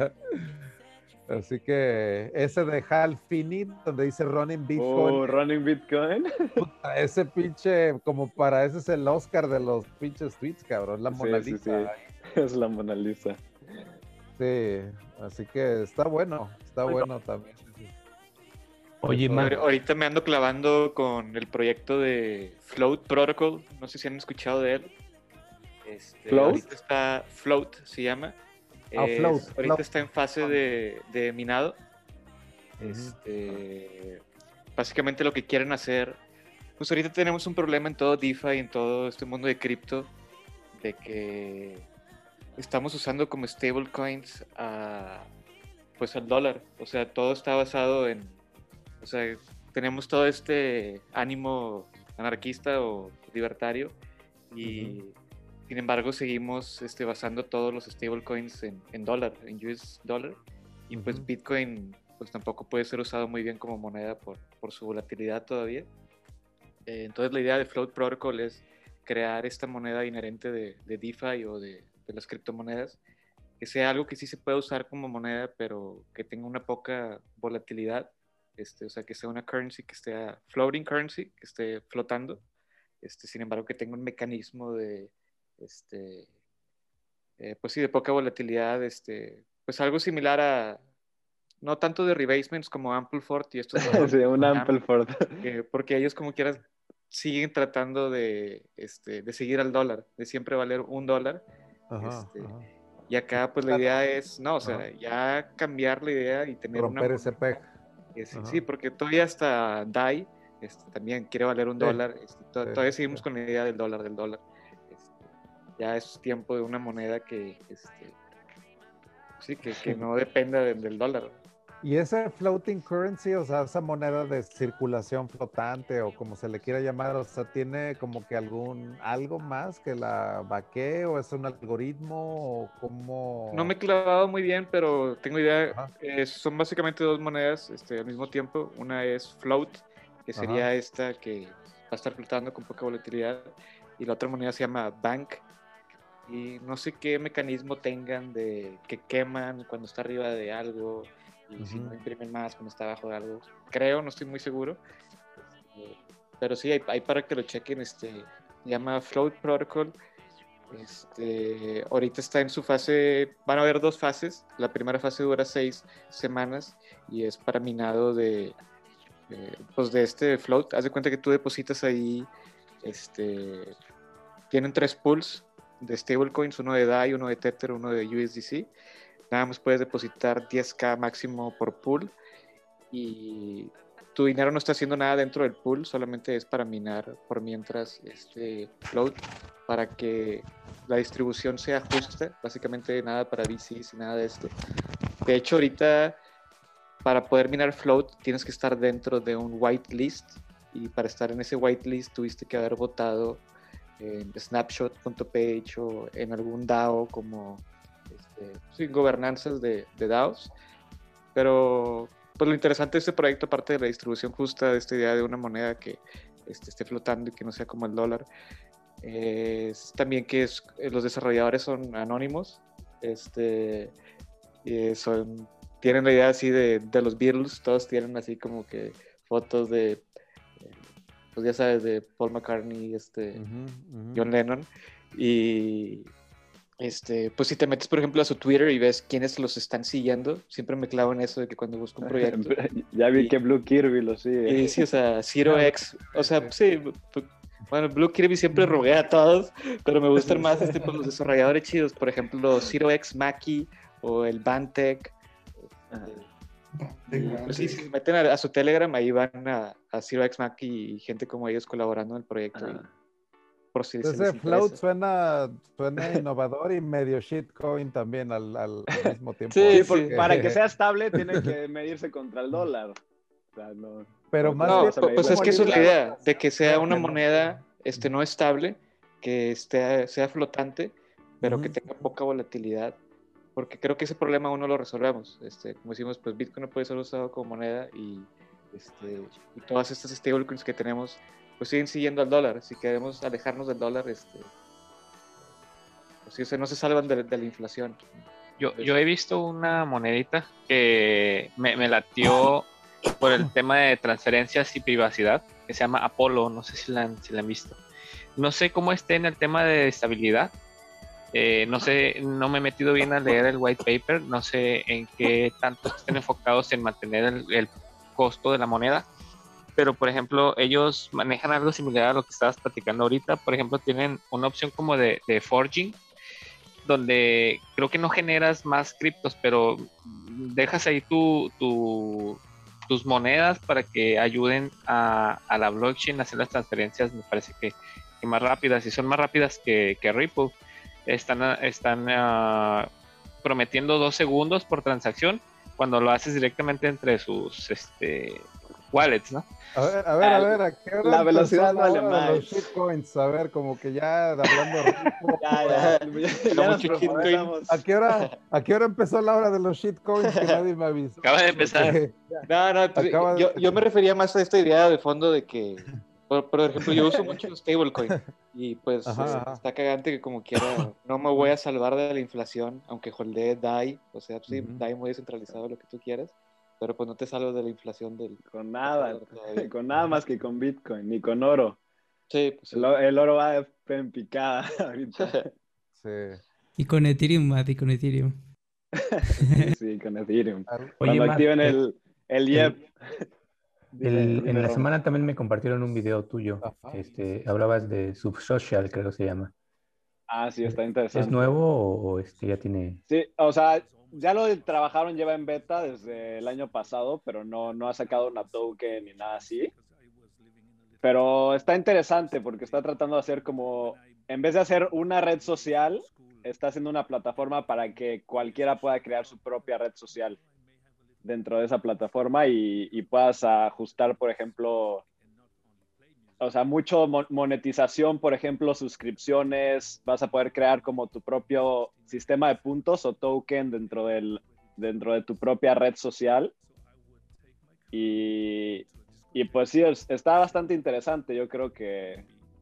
Así que ese de Hal Finney, donde dice Running Bitcoin. Running Bitcoin. Puta, ese pinche, como para ese es el Oscar de los pinches tweets, cabrón, la Mona Lisa. Sí. Es la Mona Lisa. Sí, así que está bueno también. Oye, ahorita me ando clavando con el proyecto de Float Protocol, no sé si han escuchado de él. ¿Float? Ahorita está Float, se llama. Ahorita está en fase de minado. Básicamente lo que quieren hacer Pues ahorita tenemos un problema en todo DeFi, en todo este mundo de cripto, de que estamos usando como stablecoins pues al dólar. O sea, todo está basado en, o sea, tenemos todo este ánimo anarquista o libertario y sin embargo seguimos basando todos los stablecoins en dólar, en US dollar, y pues Bitcoin pues tampoco puede ser usado muy bien como moneda por su volatilidad todavía. Entonces la idea de Float Protocol es crear esta moneda inherente de DeFi o de las criptomonedas, que sea algo que sí se pueda usar como moneda, pero que tenga una poca volatilidad, o sea, que sea una currency que esté floating currency, que esté flotando, sin embargo que tenga un mecanismo de, pues sí, de poca volatilidad, pues algo similar a, no tanto de rebasements como Ampleford y estos. Sí, un Ampleford. Porque ellos como quieras siguen tratando de seguir al dólar, de siempre valer $1. Y acá pues la idea es, no, o sea, ya cambiar la idea y tener romper ese peg. Sí, porque todavía hasta DAI también quiere valer $1. Todavía seguimos con la idea del dólar. Ya es tiempo de una moneda que sí, que no dependa del dólar. Y ese floating currency, o sea, esa moneda de circulación flotante o como se le quiera llamar, o sea, ¿tiene como que algo más que la backee o es un algoritmo o cómo? No me he clavado muy bien, pero tengo idea. Son básicamente dos monedas al mismo tiempo. Una es float, que sería esta que va a estar flotando con poca volatilidad, y la otra moneda se llama bank. Y no sé qué mecanismo tengan de que queman cuando está arriba de algo y si no imprimen más cuando está abajo de algo. Creo, no estoy muy seguro. Pero sí, hay para que lo chequen. Se llama Float Protocol. Ahorita está en su fase, van a haber 2 fases. La primera fase dura 6 semanas y es para minado de float. Haz de cuenta que tú depositas ahí, tienen 3 pools de stablecoins, uno de DAI, uno de Tether, uno de USDC. Nada más puedes depositar 10K máximo por pool y tu dinero no está haciendo nada dentro del pool, solamente es para minar por mientras float, para que la distribución sea justa, básicamente nada para VCs y nada de esto. De hecho, ahorita para poder minar float tienes que estar dentro de un whitelist, y para estar en ese whitelist tuviste que haber votado en snapshot.page o en algún DAO como gobernanzas de DAOs. Pero pues lo interesante de este proyecto, aparte de la distribución justa, de esta idea de una moneda que esté flotando y que no sea como el dólar, es también que los desarrolladores son anónimos, tienen la idea así de los Beatles, todos tienen así como que fotos de pues ya sabes, de Paul McCartney, John Lennon, y pues si te metes por ejemplo a su Twitter y ves quiénes los están siguiendo, siempre me clavo en eso de que cuando busco un proyecto ya vi que Blue Kirby lo sigue. Y sí, o sea, ZeroX, o sea, sí, bueno, Blue Kirby siempre roguea a todos, pero me gustan más pues, los desarrolladores chidos, por ejemplo ZeroX Maki o el Bantech. Pues sí, si se meten a su Telegram, ahí van a ZeroX Maki y gente como ellos colaborando en el proyecto. Por si ese float suena innovador y medio shitcoin también al mismo tiempo. Sí, porque para que sea estable tiene que medirse contra el dólar. O sea, no, pero más bien, pues es que eso es la idea, de que sea una moneda no estable, que sea flotante, pero que tenga poca volatilidad. Porque creo que ese problema aún no lo resolvemos. Como decimos, pues Bitcoin no puede ser usado como moneda y todas estas stablecoins que tenemos pues siguen siguiendo al dólar. Si queremos alejarnos del dólar, pues sí, no se salvan de la inflación. Yo he visto una monedita que me latió por el tema de transferencias y privacidad, que se llama Apollo, no sé si la han visto. No sé cómo esté en el tema de estabilidad. No sé, no me he metido bien a leer el white paper, no sé en qué tanto estén enfocados en mantener el costo de la moneda, pero por ejemplo ellos manejan algo similar a lo que estabas platicando ahorita. Por ejemplo, tienen una opción como de forging, donde creo que no generas más criptos, pero dejas ahí tu tus monedas para que ayuden a la blockchain a hacer las transferencias, me parece que más rápidas, y son más rápidas que Ripple. Están prometiendo 2 segundos por transacción cuando lo haces directamente entre sus wallets, ¿no? A ver, ¿a qué hora la velocidad no vale más? más. Los shitcoins, a ver, como que ya hablando rico. ¿A qué hora empezó la hora de los shitcoins que nadie me avisó? Acaba de empezar. Yo me refería más a esta idea de fondo de que, por ejemplo, yo uso mucho los stablecoins y pues está cagante que como quiera no me voy a salvar de la inflación, aunque holdee DAI, o sea, sí, DAI muy descentralizado, lo que tú quieras. Pero pues no te salvas de la inflación con nada más que con Bitcoin, ni con oro. Sí, pues sí. El oro va en picada ahorita. Sí. Y con Ethereum, Matt, con Ethereum. Sí, con Ethereum. Oye, cuando activen el YEP. En la semana también me compartieron un video tuyo. Hablabas de Subsocial, creo que se llama. Ah, sí, está interesante. ¿Es nuevo o ya tiene...? Sí, o sea, ya lo trabajaron, lleva en beta desde el año pasado, pero no ha sacado una token ni nada así. Pero está interesante porque está tratando de hacer como, en vez de hacer una red social, está haciendo una plataforma para que cualquiera pueda crear su propia red social dentro de esa plataforma y puedas ajustar, por ejemplo, o sea, mucho monetización, por ejemplo, suscripciones, vas a poder crear como tu propio sistema de puntos o token dentro de tu propia red social. Y pues sí, está bastante interesante. Yo creo que...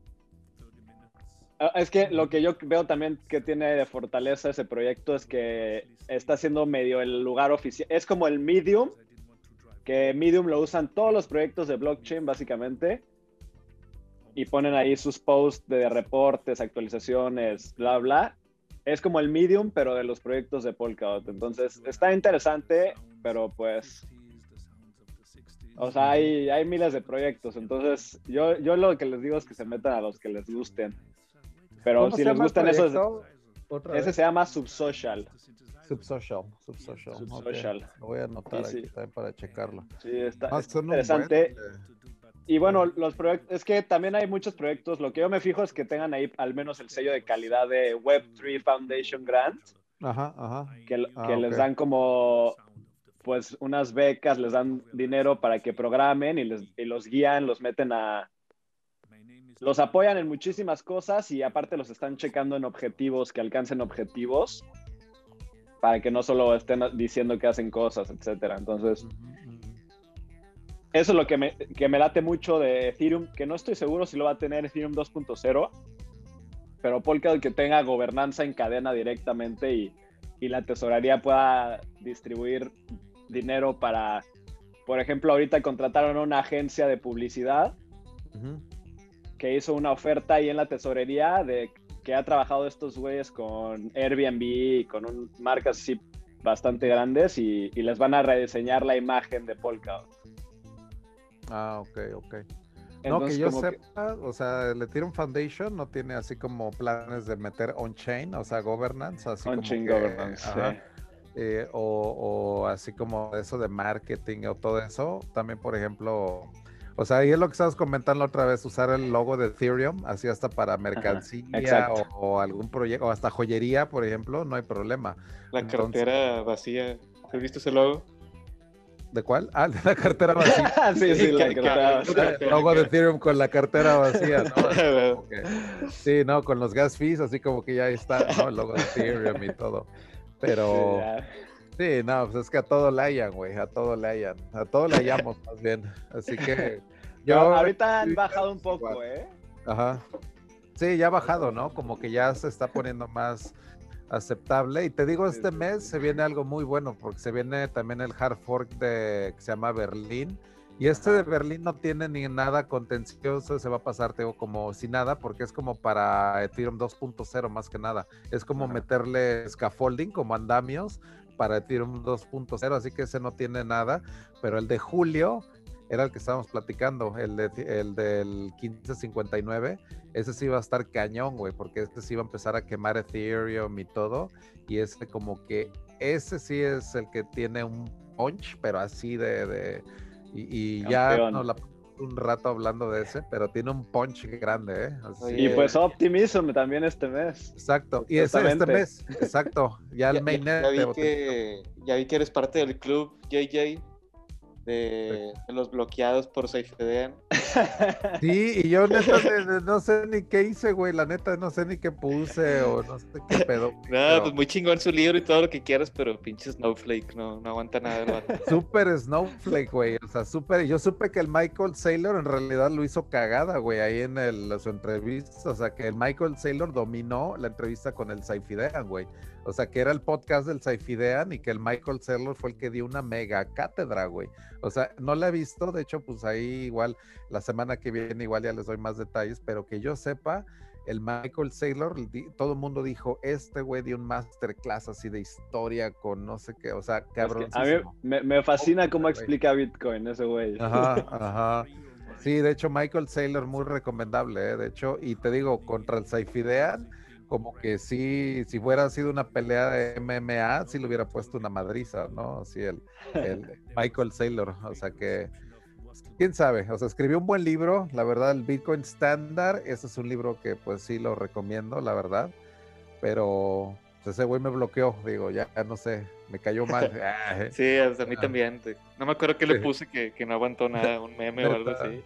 Es que lo que yo veo también que tiene de fortaleza ese proyecto es que está siendo medio el lugar oficial. Es como el Medium, que Medium lo usan todos los proyectos de blockchain, básicamente. Y ponen ahí sus posts de reportes, actualizaciones, bla, bla. Es como el Medium, pero de los proyectos de Polkadot. Entonces, está interesante, pero pues... O sea, hay miles de proyectos. Entonces, yo lo que les digo es que se metan a los que les gusten. Pero si les gustan esos... Ese se llama Subsocial. Subsocial. Okay. Lo voy a anotar aquí también para checarlo. Sí, está interesante. Y bueno, los proyectos, es que también hay muchos proyectos. Lo que yo me fijo es que tengan ahí al menos el sello de calidad de Web3 Foundation Grant. Que les dan como, pues, unas becas, les dan dinero para que programen y los guían, los apoyan en muchísimas cosas y aparte los están checando en objetivos, que alcancen objetivos, para que no solo estén diciendo que hacen cosas, etcétera. Entonces... Eso es lo que me late mucho de Ethereum, que no estoy seguro si lo va a tener Ethereum 2.0, pero Polkadot que tenga gobernanza en cadena directamente y la tesorería pueda distribuir dinero para, por ejemplo, ahorita contrataron a una agencia de publicidad que hizo una oferta ahí en la tesorería de que ha trabajado estos güeyes con Airbnb y con marcas así bastante grandes y les van a rediseñar la imagen de Polkadot. Ah, ok. Entonces, no, que yo sepa, o sea, el Ethereum Foundation no tiene así como planes de meter on-chain, o sea, governance, así on-chain como governance, sí. O así como eso de marketing o todo eso. También, por ejemplo, o sea, ahí es lo que estabas comentando otra vez, usar el logo de Ethereum, así hasta para mercancía o algún proyecto, o hasta joyería, por ejemplo, no hay problema. La cartera vacía, ¿has visto ese logo? ¿De cuál? Ah, de la cartera vacía. sí, la cartera vacía. El logo de Ethereum con la cartera vacía, ¿no? Sí, no, con los gas fees, así como que ya está, ¿no? El logo de Ethereum y todo. Pero... Sí, no, pues es que a todo le hayan, güey, a todo le hallamos más bien. Así que... ahorita han bajado un poco, ¿eh? Ajá. Sí, ya ha bajado, ¿no? Como que ya se está poniendo más aceptable. Y te digo, este mes se viene algo muy bueno, porque se viene también el hard fork que se llama Berlín. Y de Berlín no tiene ni nada contencioso, se va a pasar, te digo, como sin nada, porque es como para Ethereum 2.0 más que nada. Es como meterle scaffolding, como andamios, para Ethereum 2.0, así que ese no tiene nada. Pero el de julio era el que estábamos platicando, el del 1559, ese sí va a estar cañón, güey, porque este sí va a empezar a quemar Ethereum y todo, y como que ese sí es el que tiene un punch, pero así Y ya no la un rato hablando de ese, pero tiene un punch grande, ¿eh? Y pues Optimism también este mes. Exacto, y este mes, exacto. Ya el mainnet. Ya vi que eres parte del club, JJ. De los bloqueados por Saifedean. Sí, y yo neta no sé ni qué hice, güey, la neta no sé ni qué puse o no sé qué pedo. Nada, pues muy chingón su libro y todo lo que quieras, pero pinche Snowflake, no aguanta nada el vato. Súper Snowflake, güey, o sea, súper, yo supe que el Michael Saylor en realidad lo hizo cagada, güey, ahí en su entrevista, o sea, que el Michael Saylor dominó la entrevista con el Saifedean, güey. O sea, que era el podcast del Saifedean y que el Michael Saylor fue el que dio una mega cátedra, güey. O sea, no la he visto, de hecho, pues ahí igual, la semana que viene igual ya les doy más detalles, pero que yo sepa, el Michael Saylor, todo el mundo dijo, este güey dio un masterclass así de historia con no sé qué, o sea, cabrón. A mí me fascina cómo explica Bitcoin ese güey. Ajá. Sí, de hecho, Michael Saylor, muy recomendable, de hecho, y te digo, contra el Saifedean, como que sí, si hubiera sido una pelea de MMA, sí le hubiera puesto una madriza, ¿no? Así el Michael Saylor, o sea que, quién sabe, o sea, escribió un buen libro, la verdad, el Bitcoin Standard, ese es un libro que pues sí lo recomiendo, la verdad, pero pues, ese güey me bloqueó, digo, ya no sé, me cayó mal. Sí, a mí también, no me acuerdo qué le puse que no aguantó nada, un meme o algo así.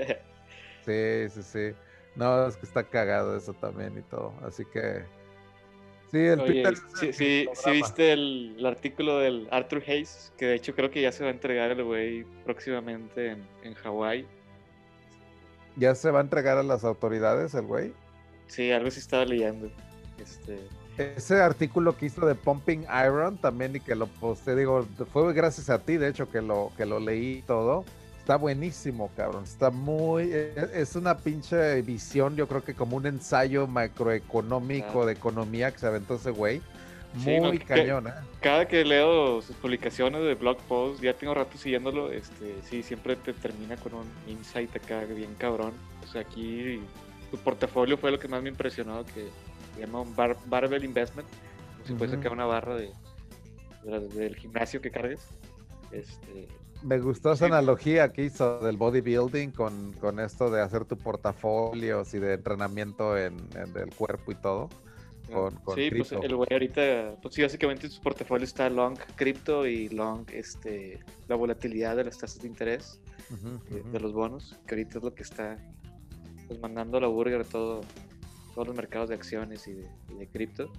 Sí. No, es que está cagado eso también y todo, así que sí, el Oye, Twitter sí viste el artículo del Arthur Hayes, que de hecho creo que ya se va a entregar el güey próximamente en Hawái. ¿Ya se va a entregar a las autoridades el güey? Sí, algo sí estaba leyendo. Ese artículo que hizo de Pumping Iron también y que lo posté, digo, fue gracias a ti, de hecho, que lo leí todo. Está buenísimo, cabrón. Está es una pinche visión, yo creo que como un ensayo macroeconómico de economía que se aventó ese güey. Muy cañón, ¿eh? Cada que leo sus publicaciones de blog posts, ya tengo rato siguiéndolo, sí, siempre te termina con un insight acá bien cabrón. O sea, aquí tu portafolio fue lo que más me impresionó, que se llama un barbell investment. Si puedes sacar una barra del gimnasio que cargues. Me gustó esa analogía que hizo del bodybuilding con esto de hacer tu portafolios y de entrenamiento del cuerpo y todo. Con sí, cripto. Pues el güey ahorita, pues sí, básicamente en su portafolio está long cripto y long la volatilidad de las tasas de interés de los bonos, que ahorita es lo que está pues mandando a la burger todos los mercados de acciones y de cripto.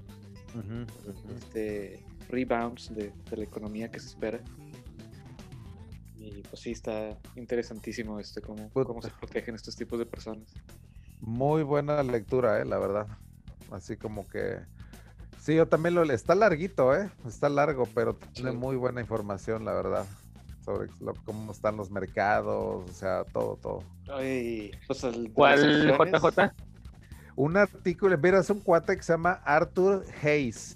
Rebounds de la economía que se espera. Y pues sí, está interesantísimo cómo se protegen estos tipos de personas. Muy buena lectura, la verdad. Así como que... Sí, yo también está larguito, está largo, pero tiene muy buena información, la verdad. Sobre cómo están los mercados, o sea, todo. Ay, pues ¿cuál, JJ? Un artículo, mira, es un cuate que se llama Arthur Hayes.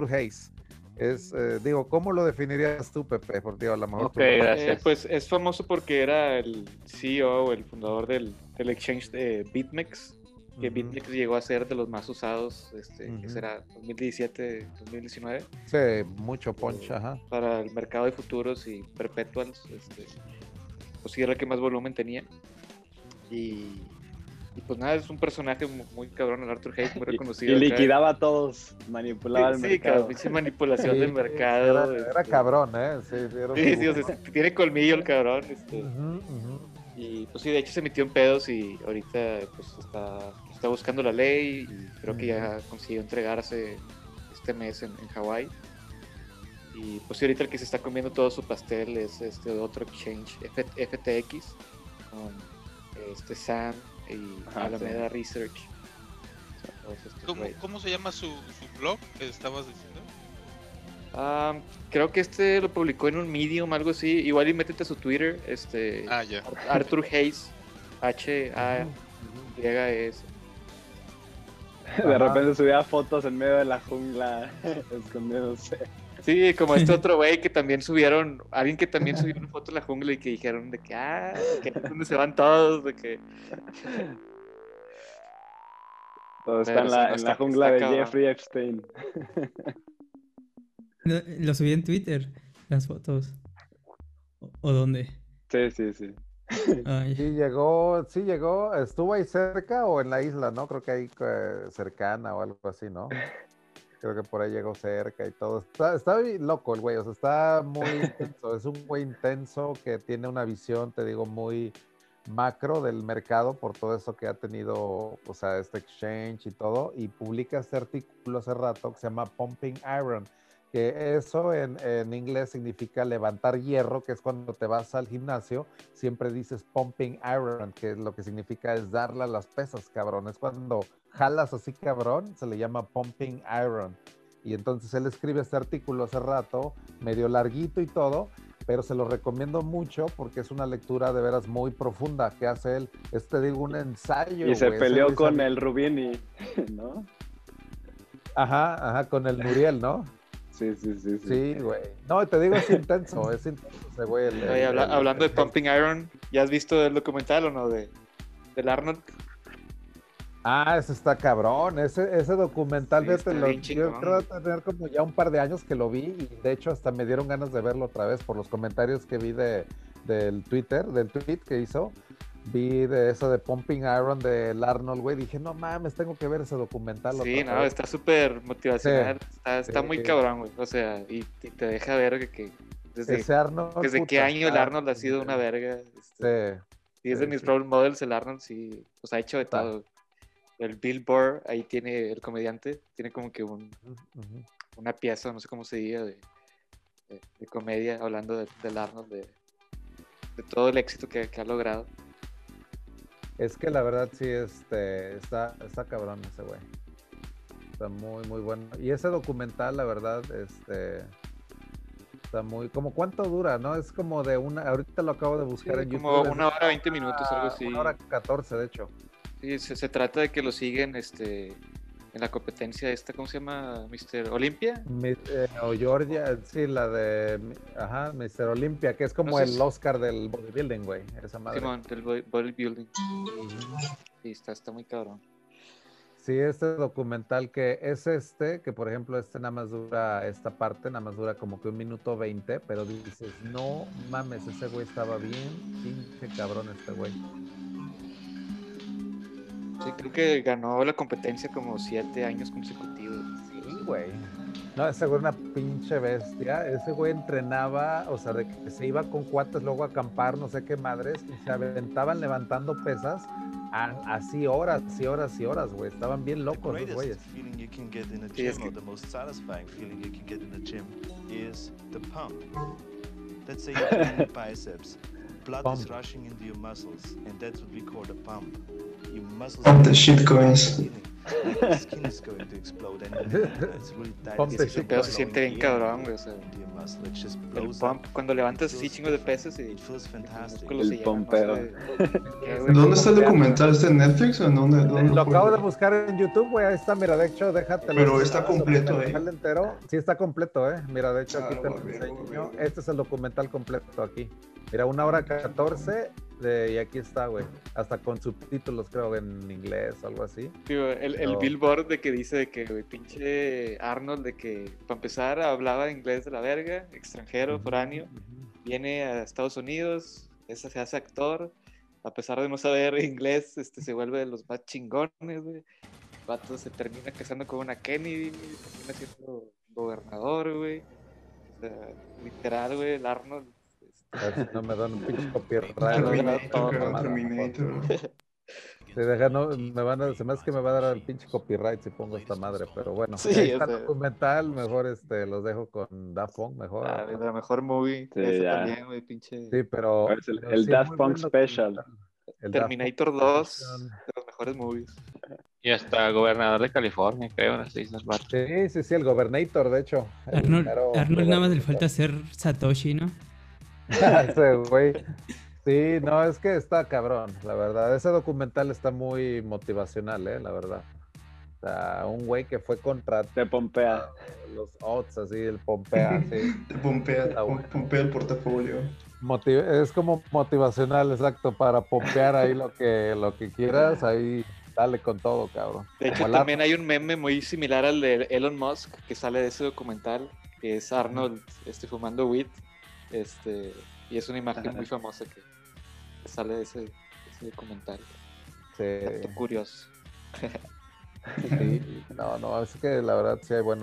¿Cómo lo definirías tú, Pepe? Porque a lo mejor gracias. Pues es famoso porque era el CEO, el fundador del exchange de BitMEX, que BitMEX llegó a ser de los más usados, que será 2017, 2019. Sí, mucho punch, para el mercado de futuros y perpetuals, pues sí era el que más volumen tenía. Y pues nada, es un personaje muy cabrón, el Arthur Hayes, muy reconocido. Y liquidaba a todos, manipulaba el mercado. Sí, manipulación del mercado. Era cabrón, Sí, o sea, tiene colmillo el cabrón. Y pues sí, de hecho se metió en pedos y ahorita pues está buscando la ley y creo que ya consiguió entregarse este mes en Hawái. Y pues sí, ahorita el que se está comiendo todo su pastel es otro exchange, FTX, con Sam y Alameda Research. ¿Cómo se llama su blog que estabas diciendo? Creo que lo publicó en un Medium, algo así. Igual y métete a su Twitter, ya. Arthur Hayes, Hayes. De repente subía fotos en medio de la jungla escondiéndose. Sí, como otro güey que también alguien que también subió una foto en la jungla y que dijeron de que ¿dónde se van todos? De que todo está en la jungla de Jeffrey Epstein. Lo subí en Twitter, las fotos. ¿O dónde? Sí. Sí llegó, estuvo ahí cerca o en la isla, ¿no? Creo que ahí cercana o algo así, ¿no? Creo que por ahí llegó cerca y todo. Está bien loco el güey, o sea, está muy intenso. Es un güey intenso que tiene una visión, te digo, muy macro del mercado por todo eso que ha tenido, o sea, este exchange y todo. Y publica este artículo hace rato que se llama Pumping Iron, que eso en inglés significa levantar hierro, que es cuando te vas al gimnasio, siempre dices pumping iron, que lo que significa es darle a las pesas, cabrón. Es cuando jalas así, cabrón, se le llama pumping iron. Y entonces él escribe este artículo hace rato, medio larguito y todo, pero se lo recomiendo mucho porque es una lectura de veras muy profunda que hace él. Te digo, un ensayo. Y se peleó con el Rubini, ¿no? Ajá, con el Muriel, ¿no? Sí. Sí, güey. No, te digo, es intenso ese güey. Hablando de Pumping Iron, ¿ya has visto el documental o no del Arnold? Ese está cabrón. Ese documental, fíjate, yo creo tener como ya un par de años que lo vi y de hecho hasta me dieron ganas de verlo otra vez por los comentarios que vi del tweet que hizo. Vi de eso de Pumping Iron del Arnold, güey. Dije, no mames, tengo que ver ese documental. Sí, no, está súper motivacional. Está muy cabrón, güey. O sea, y te deja ver que desde Arnold, desde qué año el Arnold ha sido una verga. Y es de mis role models, el Arnold, sí. Pues ha hecho de todo. El Bill Burr, ahí tiene el comediante, tiene como que una pieza, no sé cómo se diga, de comedia, hablando del Arnold, de todo el éxito que ha logrado. Es que la verdad sí, está cabrón ese güey. Está muy, muy bueno. Y ese documental, la verdad, está muy... ¿Como cuánto dura, no? Es como de ahorita lo acabo de buscar en como YouTube. Como 1 hora 20 minutos, algo así. 1 hora 14, de hecho. Sí, se trata de que lo siguen, en la competencia esta, ¿cómo se llama? ¿Mr. Olympia? O Georgia, sí, la de... Ajá, Mr. Olympia, que es como el Oscar del bodybuilding, güey. Esa madre. Simón, del bodybuilding. Sí, está muy cabrón. Sí, este documental que es que por ejemplo nada más dura, esta parte nada más dura como que 1 minuto 20, pero dices, no mames, ese güey estaba bien pinche cabrón este güey. Sí, creo que ganó la competencia como 7 años consecutivos. Sí, güey. No, ese güey era una pinche bestia. Ese güey entrenaba, o sea, de que se iba con cuates luego a acampar, no sé qué madres, y se aventaban levantando pesas así horas y horas y horas, güey. Estaban bien locos los güeyes. Sí, es que... The most satisfying feeling you can get in the gym is the pump. Let's say you're doing biceps. Blood is rushing into your muscles, and that's what we call the pump. Your muscles pump the shit coins. The skin is going to explode, and it's really tight. Ese pedo se siente bien cabrón, güey. O sea, el pump, cuando levantas así chingos de pesos y... El pompeo. ¿Dónde está el documental? ¿Está en Netflix o en dónde lo acabo de buscar en YouTube, güey. Ahí está, mira, de hecho, déjatelo. Pero está completo, entero. Sí, está completo, Mira, de hecho, aquí te lo enseño. Este es el documental completo aquí. Mira, 1 hora 14 y aquí está, güey. Hasta con subtítulos, creo, en inglés o algo así. Digo, el billboard de que dice de que, güey, pinche Arnold, de que, para empezar, hablaba inglés de la verga, extranjero, foráneo, viene a Estados Unidos, se hace actor, a pesar de no saber inglés, se vuelve de los más chingones, güey. El vato se termina casando con una Kennedy, termina siendo gobernador, güey. O sea, literal, güey, el Arnold. A ver si no me dan un pinche copyright. Terminator. Se me hace que me va a dar el pinche copyright si pongo esta madre, pero bueno. Sí, está documental, mejor los dejo con Daft Punk, mejor. La mejor movie. Sí, también, güey, pinche. Sí, pero el Daft Punk Special. Terminator 2, de los mejores movies. Y hasta gobernador de California, creo, en las Islas Marshall. Sí, el Gobernator, de hecho. Arnold nada más le falta ser Satoshi, ¿no? Ese güey. Sí, no, es que está cabrón, la verdad. Ese documental está muy motivacional, la verdad. O sea, un güey que fue contra... Te pompea. Los odds, así, el pompea, sí. Te pompea el portafolio. Es como motivacional, exacto, para pompear ahí lo que quieras, ahí dale con todo, cabrón. De hecho, también hay un meme muy similar al de Elon Musk, que sale de ese documental, que es Arnold fumando weed, Y es una imagen muy famosa que sale de ese documental. Sí. Dato curioso. Sí, no, es que la verdad sí hay buen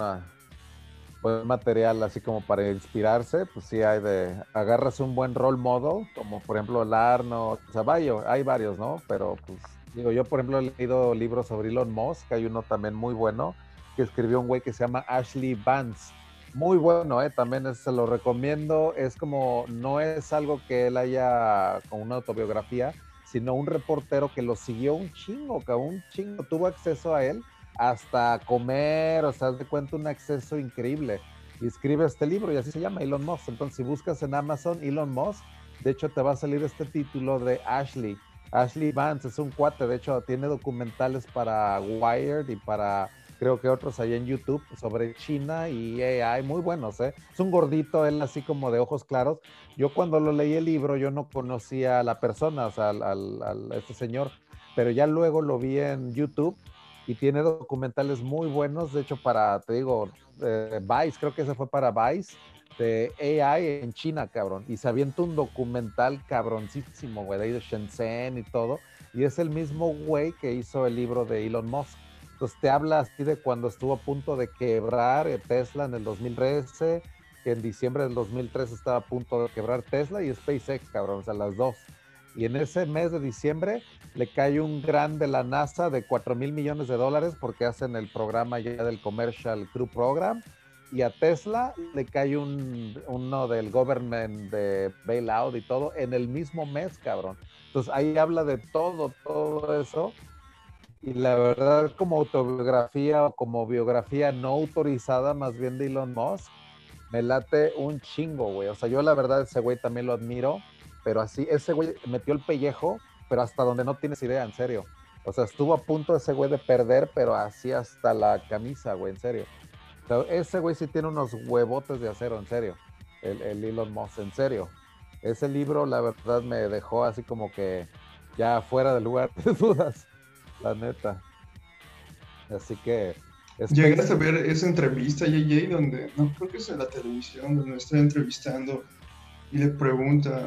material así como para inspirarse, pues sí agarras un buen role model, como por ejemplo el Arnold, o sea, hay varios, ¿no? Pero pues digo, yo por ejemplo he leído libros sobre Elon Musk, hay uno también muy bueno, que escribió un güey que se llama Ashley Vance, muy bueno, también se lo recomiendo, es como, no es algo que él haya con una autobiografía, sino un reportero que lo siguió un chingo, tuvo acceso a él hasta comer, o sea, haz de cuenta un acceso increíble. Y escribe este libro y así se llama, Elon Musk. Entonces, si buscas en Amazon Elon Musk, de hecho te va a salir este título de Ashley Vance, es un cuate, de hecho tiene documentales para Wired y para creo que otros ahí en YouTube sobre China y AI, muy buenos, ¿eh? Es un gordito, él así como de ojos claros. Yo cuando lo leí el libro, yo no conocía a la persona, o sea, este señor, pero ya luego lo vi en YouTube y tiene documentales muy buenos, de hecho te digo, Vice, creo que ese fue para Vice, de AI en China, cabrón, y se avienta un documental cabroncísimo, güey, de ahí de Shenzhen y todo, y es el mismo güey que hizo el libro de Elon Musk. Entonces te habla así de cuando estuvo a punto de quebrar Tesla en el 2013, que en diciembre del 2013 estaba a punto de quebrar Tesla y SpaceX, cabrón, o sea, las dos. Y en ese mes de diciembre le cae un grant de la NASA de $4,000 millones porque hacen el programa ya del Commercial Crew Program, y a Tesla le cae uno del government de bailout y todo en el mismo mes, cabrón. Entonces ahí habla de todo eso. Y la verdad, como autobiografía o como biografía no autorizada, más bien de Elon Musk, me late un chingo, güey. O sea, yo la verdad ese güey también lo admiro, pero así, ese güey metió el pellejo, pero hasta donde no tienes idea, en serio. O sea, estuvo a punto ese güey de perder, pero así hasta la camisa, güey, en serio. O sea, ese güey sí tiene unos huevotes de acero, en serio. El Elon Musk, en serio. Ese libro, la verdad, me dejó así como que ya fuera del lugar de dudas. La neta. Así que... ¿Llegaste a ver esa entrevista, JJ, donde, no, creo que es en la televisión, donde está entrevistando y le pregunta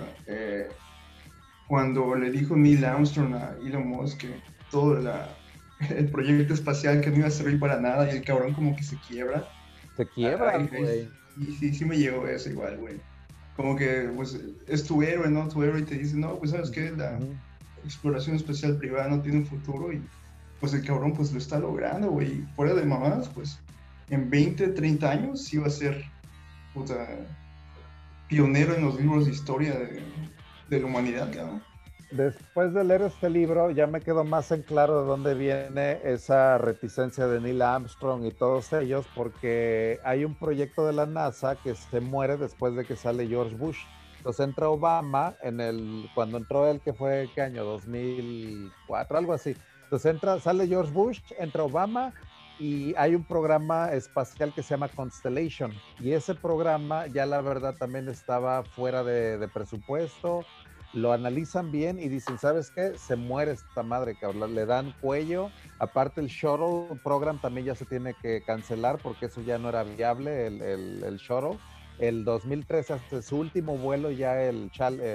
cuando le dijo Neil Armstrong a Elon Musk que todo el proyecto espacial que no iba a servir para nada y el cabrón como que se quiebra? Se quiebra, güey. Y sí me llegó eso igual, güey. Como que, pues, es tu héroe, ¿no? Tu héroe y te dice, no, pues, ¿sabes qué? La exploración espacial privada no tiene un futuro y pues el cabrón pues lo está logrando, güey. Fuera de mamadas, pues en 20, 30 años sí va a ser puta, pionero en los libros de historia de la humanidad, cabrón. Después de leer este libro ya me quedó más en claro de dónde viene esa reticencia de Neil Armstrong y todos ellos, porque hay un proyecto de la NASA que se muere después de que sale George Bush. Entonces entra Obama cuando entró él, que fue, ¿qué año? 2004, algo así. Entonces sale George Bush, entra Obama y hay un programa espacial que se llama Constellation. Y ese programa ya la verdad también estaba fuera de presupuesto. Lo analizan bien y dicen, ¿sabes qué? Se muere esta madre, cabrón. Le dan cuello. Aparte el Shuttle Program también ya se tiene que cancelar porque eso ya no era viable, el Shuttle. El 2013 hace su último vuelo ya el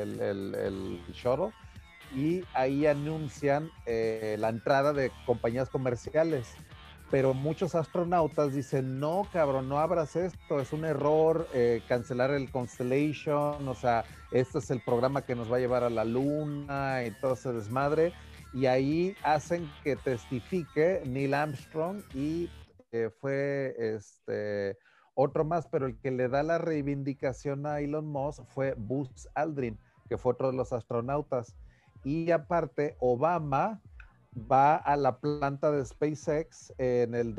Shuttle, y ahí anuncian la entrada de compañías comerciales, pero muchos astronautas dicen, no cabrón, no abras esto, es un error cancelar el Constellation, o sea, este es el programa que nos va a llevar a la luna y todo ese desmadre, y ahí hacen que testifique Neil Armstrong y fue otro más, pero el que le da la reivindicación a Elon Musk fue Buzz Aldrin, que fue otro de los astronautas. Y aparte, Obama va a la planta de SpaceX en el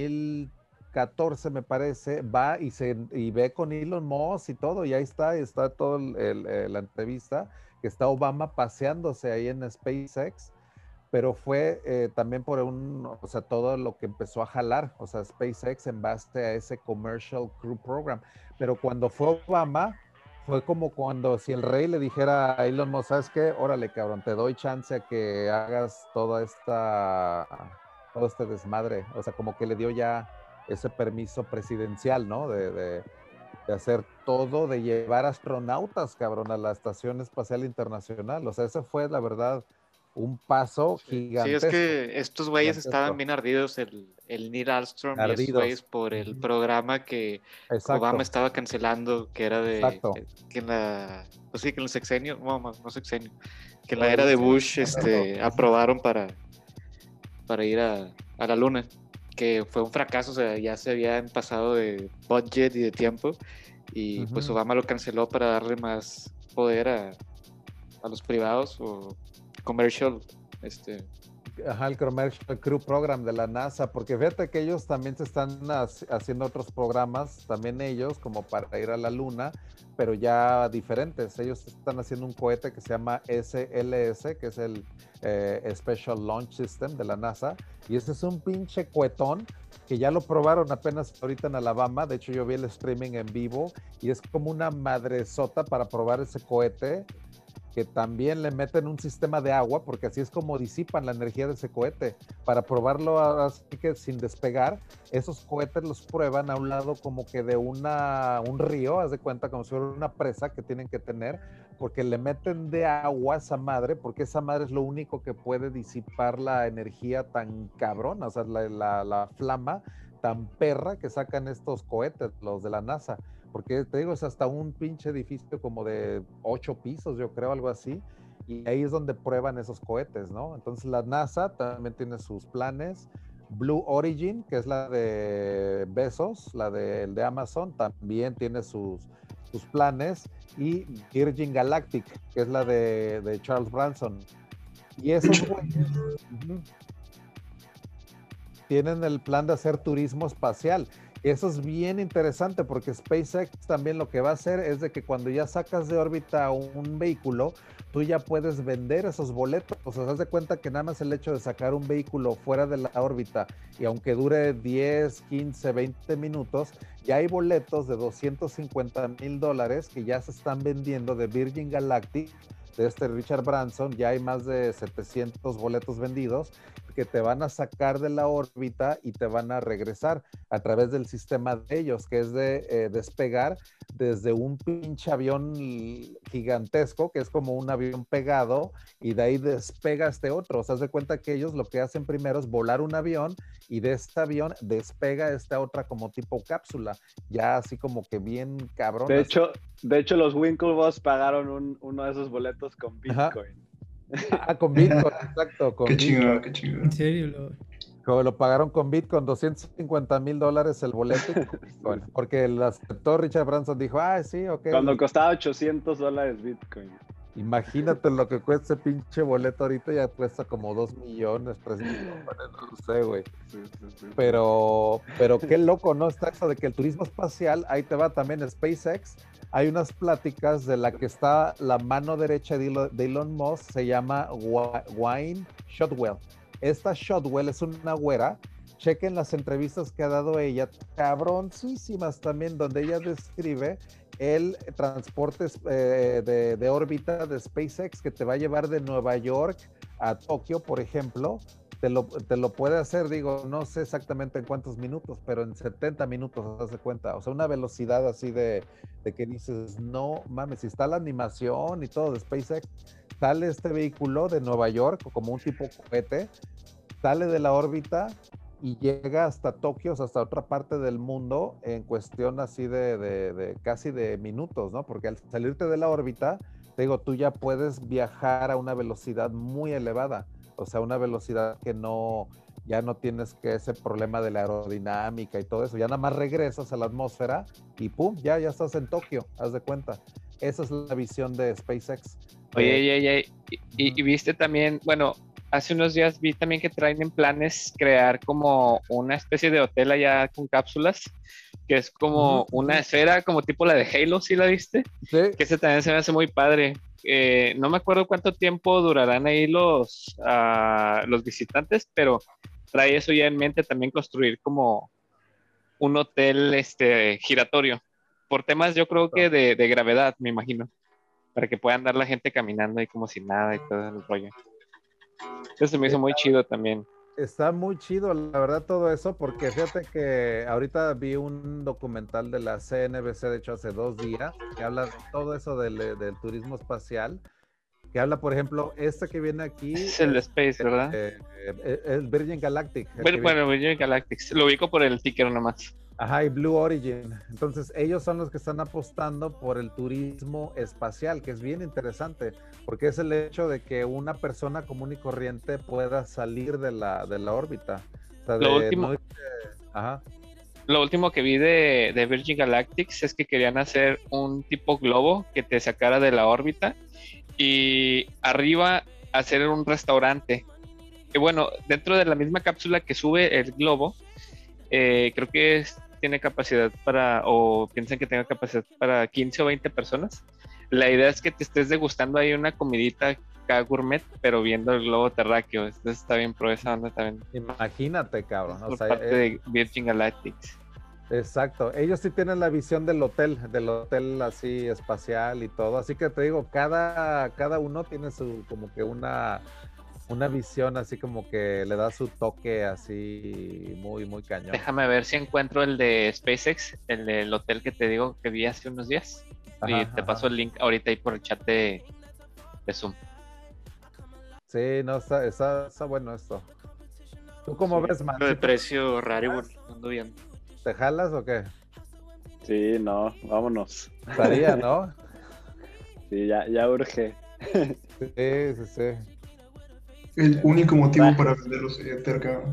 2014, me parece, va y ve con Elon Musk y todo, y ahí está toda la entrevista, que está Obama paseándose ahí en SpaceX, pero fue también por o sea, todo lo que empezó a jalar, o sea, SpaceX en base a ese Commercial Crew Program. Pero cuando fue Obama, fue como cuando si el rey le dijera a Elon Musk, ¿sabes qué? Órale, cabrón, te doy chance a que hagas todo este desmadre. O sea, como que le dio ya ese permiso presidencial, ¿no? de hacer todo, de llevar astronautas, cabrón, a la Estación Espacial Internacional. O sea, ese fue, la verdad, un paso gigantesco. Sí, es que estos güeyes estaban bien ardidos, el Neil Armstrong y esos güeyes, por el programa que Obama estaba cancelando, que era de que en la, pues sí, que en el sexenio, no sexenio, que en la era de Bush aprobaron para ir a la luna, que fue un fracaso. O sea, ya se habían pasado de budget y de tiempo, y pues Obama lo canceló para darle más poder a los privados o commercial, el Commercial Crew Program de la NASA, porque fíjate que ellos también se están haciendo otros programas, también ellos, como para ir a la luna, pero ya diferentes. Ellos están haciendo un cohete que se llama SLS, que es el Special Launch System de la NASA, y ese es un pinche cohetón que ya lo probaron apenas ahorita en Alabama. De hecho, yo vi el streaming en vivo, y es como una madresota para probar ese cohete, que también le meten un sistema de agua, porque así es como disipan la energía de ese cohete. Para probarlo así que sin despegar, esos cohetes los prueban a un lado como que de un río, haz de cuenta, como si fuera una presa que tienen que tener, porque le meten de agua a esa madre, porque esa madre es lo único que puede disipar la energía tan cabrona, o sea, la flama tan perra que sacan estos cohetes, los de la NASA. Porque te digo, es hasta un pinche edificio como de 8 pisos, yo creo, algo así, y ahí es donde prueban esos cohetes, ¿no? Entonces la NASA también tiene sus planes. Blue Origin, que es la de Bezos, el de Amazon, también tiene sus planes, y Virgin Galactic, que es la de Charles Branson. Y esos tienen el plan de hacer turismo espacial. Eso es bien interesante, porque SpaceX también lo que va a hacer es de que cuando ya sacas de órbita un vehículo, tú ya puedes vender esos boletos. O sea, haz de cuenta que nada más el hecho de sacar un vehículo fuera de la órbita, y aunque dure 10, 15, 20 minutos, ya hay boletos de $250,000 que ya se están vendiendo de Virgin Galactic, de Richard Branson. Ya hay más de 700 boletos vendidos que te van a sacar de la órbita y te van a regresar a través del sistema de ellos, que es de despegar desde un pinche avión gigantesco, que es como un avión pegado, y de ahí despega este otro. O sea, haz de cuenta que ellos lo que hacen primero es volar un avión, y de este avión despega esta otra como tipo cápsula, ya así como que bien cabrón. De hecho los Winklevoss pagaron uno de esos boletos con Bitcoin. Con Bitcoin, exacto. Qué chido, qué chido. ¿En serio? Como lo pagaron con Bitcoin, $250,000 el boleto, porque el aceptó Richard Branson, dijo, sí, ok. Cuando costaba $800 Bitcoin. Imagínate lo que cuesta ese pinche boleto ahorita, ya cuesta como 2 millones, 3 millones, no lo sé, güey. Sí. Pero qué loco, ¿no? Está eso de que el turismo espacial, ahí te va también SpaceX. Hay unas pláticas de la que está la mano derecha de Elon Musk, se llama Wayne Shotwell. Esta Shotwell es una güera. Chequen las entrevistas que ha dado ella, cabroncísimas también, donde ella describe el transporte de órbita de SpaceX, que te va a llevar de Nueva York a Tokio, por ejemplo. Te lo puede hacer, digo, no sé exactamente en cuántos minutos, pero en 70 minutos, haz de cuenta. O sea, una velocidad así de que dices, no mames, si está la animación y todo de SpaceX, sale este vehículo de Nueva York como un tipo cohete, sale de la órbita y llega hasta Tokio, o sea, hasta otra parte del mundo, en cuestión así de casi de minutos, ¿no? Porque al salirte de la órbita, te digo, tú ya puedes viajar a una velocidad muy elevada. O sea, una velocidad que ya no tienes que ese problema de la aerodinámica y todo eso. Ya nada más regresas a la atmósfera y ¡pum! Ya estás en Tokio, haz de cuenta. Esa es la visión de SpaceX. Oye, y viste también, bueno, hace unos días vi también que traen en planes crear como una especie de hotel allá con cápsulas, que es como una esfera, como tipo la de Halo, ¿sí la viste? Sí. Que ese también se me hace muy padre. No me acuerdo cuánto tiempo durarán ahí los visitantes, pero trae eso ya en mente también, construir como un hotel giratorio, por temas yo creo que de gravedad, me imagino, para que pueda andar la gente caminando ahí como si nada y todo el rollo. Eso me hizo muy chido también. Está muy chido, la verdad, todo eso, porque fíjate que ahorita vi un documental de la CNBC, de hecho, hace 2 días, que habla de todo eso del turismo espacial, que habla, por ejemplo, este que viene aquí. Es el Space, ¿verdad? El Virgin Galactic. Bueno, Virgin Galactic, lo ubico por el ticker nomás. Ajá, y Blue Origin. Entonces, ellos son los que están apostando por el turismo espacial, que es bien interesante, porque es el hecho de que una persona común y corriente pueda salir de la órbita. O sea, lo último que vi de Virgin Galactic es que querían hacer un tipo globo que te sacara de la órbita y arriba hacer un restaurante. Que bueno, dentro de la misma cápsula que sube el globo, creo que tiene capacidad piensan que tenga capacidad para 15 o 20 personas. La idea es que te estés degustando ahí una comidita acá gourmet, pero viendo el globo terráqueo. Entonces está bien pro esa onda también. Imagínate, cabrón. Por parte de Virgin Galactic. Exacto. Ellos sí tienen la visión del hotel así espacial y todo. Así que te digo, cada uno tiene su como que una visión así como que le da su toque así muy, muy cañón. Déjame ver si encuentro el de SpaceX, el del hotel que te digo que vi hace unos días. Y te paso el link ahorita ahí por el chat de Zoom. Sí, no, está bueno esto. ¿Tú cómo ves, man? De precio raro, ando bien. ¿Te jalas o qué? Sí, no, vámonos. Estaría, ¿no? Sí, ya urge. Sí. El único motivo para vender los Ether, cabrón.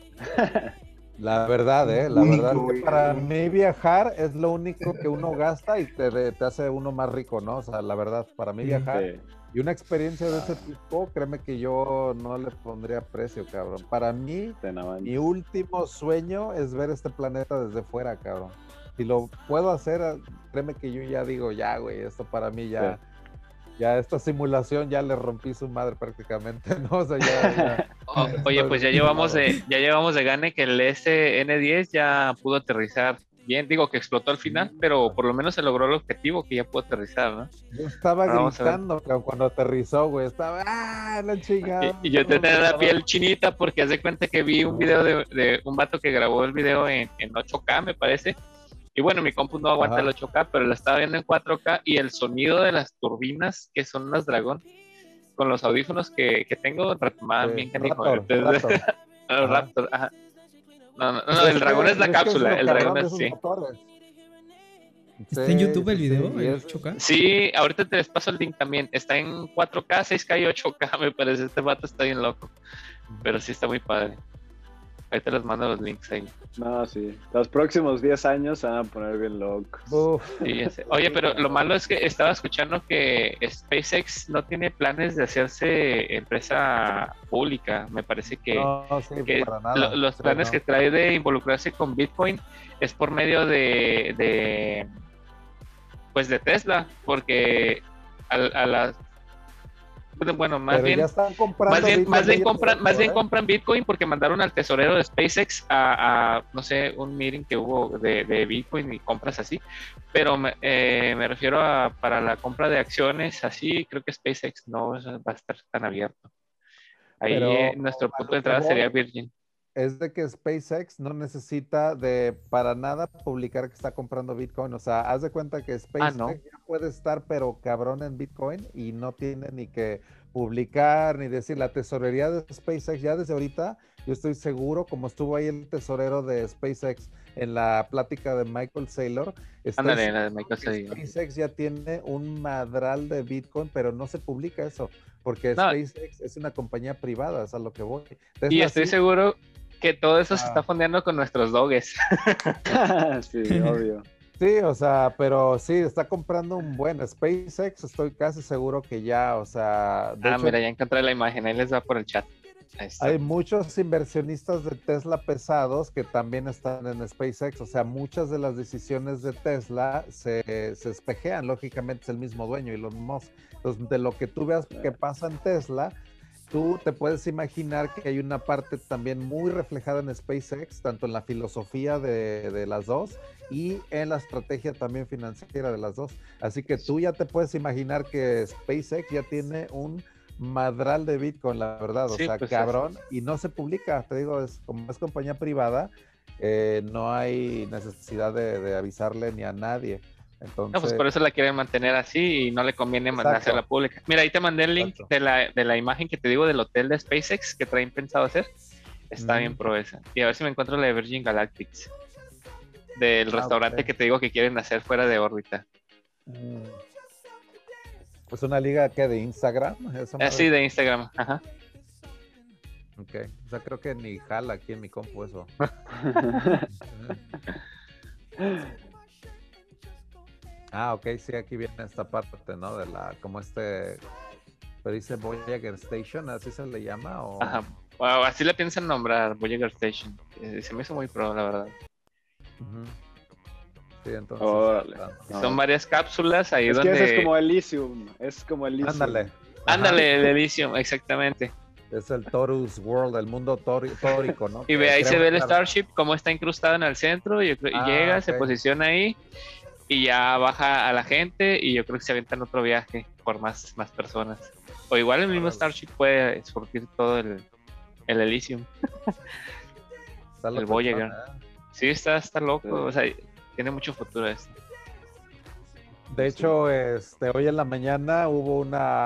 La verdad, la verdad que para mí viajar es lo único que uno gasta y te hace uno más rico, ¿no? O sea, la verdad, para mí viajar y una experiencia de ese tipo, créeme que yo no le pondría precio, cabrón. Para mí, mi último sueño es ver este planeta desde fuera, cabrón. Si lo puedo hacer, créeme que yo ya digo, ya, güey, esto para mí ya... Sí. Ya esta simulación ya le rompí su madre prácticamente, ¿no? O sea, ya oye, pues ya llevamos de gane que el SN10 ya pudo aterrizar bien. Digo que explotó al final, pero por lo menos se logró el objetivo que ya pudo aterrizar, ¿no? Yo estaba gritando cuando aterrizó, güey. Estaba, la chingada. Y yo tenía la piel chinita porque haz de cuenta que vi un video de un vato que grabó el video en 8K, me parece. Y bueno, mi compu no aguanta el 8K, pero lo estaba viendo en 4K y el sonido de las turbinas, que son unas Dragón, con los audífonos que tengo, retomaban bien canijo. Raptor, ajá. No, el Dragón es la cápsula, el Dragón es sí. ¿Está en YouTube el video, el 8K? Sí, ahorita te les paso el link también. Está en 4K, 6K y 8K, me parece. Este vato está bien loco. Pero sí está muy padre. Ahí te les mando los links ahí. No, sí. Los próximos 10 años se van a poner bien locos. Sí, oye, pero lo malo es que estaba escuchando que SpaceX no tiene planes de hacerse empresa pública. Me parece que, para nada. Los planes que trae de involucrarse con Bitcoin es por medio de Tesla, porque a las... Bueno, más bien compran Bitcoin porque mandaron al tesorero de SpaceX a no sé, un meeting que hubo de Bitcoin y compras así, pero me refiero a para la compra de acciones así, creo que SpaceX no va a estar tan abierto. Ahí nuestro punto de entrada sería Virgin. Es de que SpaceX no necesita para nada publicar que está comprando Bitcoin. O sea, haz de cuenta que SpaceX ya puede estar, pero cabrón en Bitcoin y no tiene ni que publicar ni decir. La tesorería de SpaceX ya desde ahorita, yo estoy seguro, como estuvo ahí el tesorero de SpaceX en la plática de Michael Saylor, SpaceX ya tiene un madral de Bitcoin, pero no se publica eso, porque SpaceX es una compañía privada, es a lo que voy. Tesla, y estoy seguro que todo eso se está fondeando con nuestros doges. Sí, obvio. Sí, o sea, pero sí, está comprando un buen SpaceX, estoy casi seguro que ya, o sea... Mira, ya encontré la imagen, ahí les va por el chat. Hay muchos inversionistas de Tesla pesados que también están en SpaceX, o sea, muchas de las decisiones de Tesla se espejean, lógicamente es el mismo dueño, Elon Musk. Entonces, de lo que tú veas que pasa en Tesla, tú te puedes imaginar que hay una parte también muy reflejada en SpaceX, tanto en la filosofía de las dos y en la estrategia también financiera de las dos. Así que tú ya te puedes imaginar que SpaceX ya tiene un madral de Bitcoin, la verdad, o Sí, sea, pues cabrón, y no se publica, te digo, como es compañía privada, no hay necesidad de avisarle ni a nadie. Entonces, no, pues por eso la quieren mantener así y no le conviene hacerla pública. Mira, ahí te mandé el link de la imagen que te digo del hotel de SpaceX que traen pensado hacer. Está bien pro esa. Y a ver si me encuentro la de Virgin Galactics. Del restaurante que te digo que quieren hacer fuera de órbita. Pues una liga que de Instagram. Sí, de Instagram, ajá. Ok, o sea, creo que ni jala aquí en mi compu eso. Ok, sí, aquí viene esta parte, ¿no? De la, como pero dice Voyager Station, ¿así se le llama? ¿O? Ajá, wow, así le piensan nombrar, Voyager Station. Se me hizo muy pro, la verdad. Sí, entonces. Son varias cápsulas ahí es donde. Que es como Elysium. Ándale, el Elysium, exactamente. Es el Torus World, el mundo tórico, ¿no? Y ahí se ve el Starship, cómo está incrustado en el centro, y llega, se posiciona ahí, y ya baja a la gente, y yo creo que se avientan otro viaje por más personas. O igual el mismo Starship puede surtir todo el Elysium. El Voyager. Sí, está loco, o sea, tiene mucho futuro esto. De hecho, hoy en la mañana hubo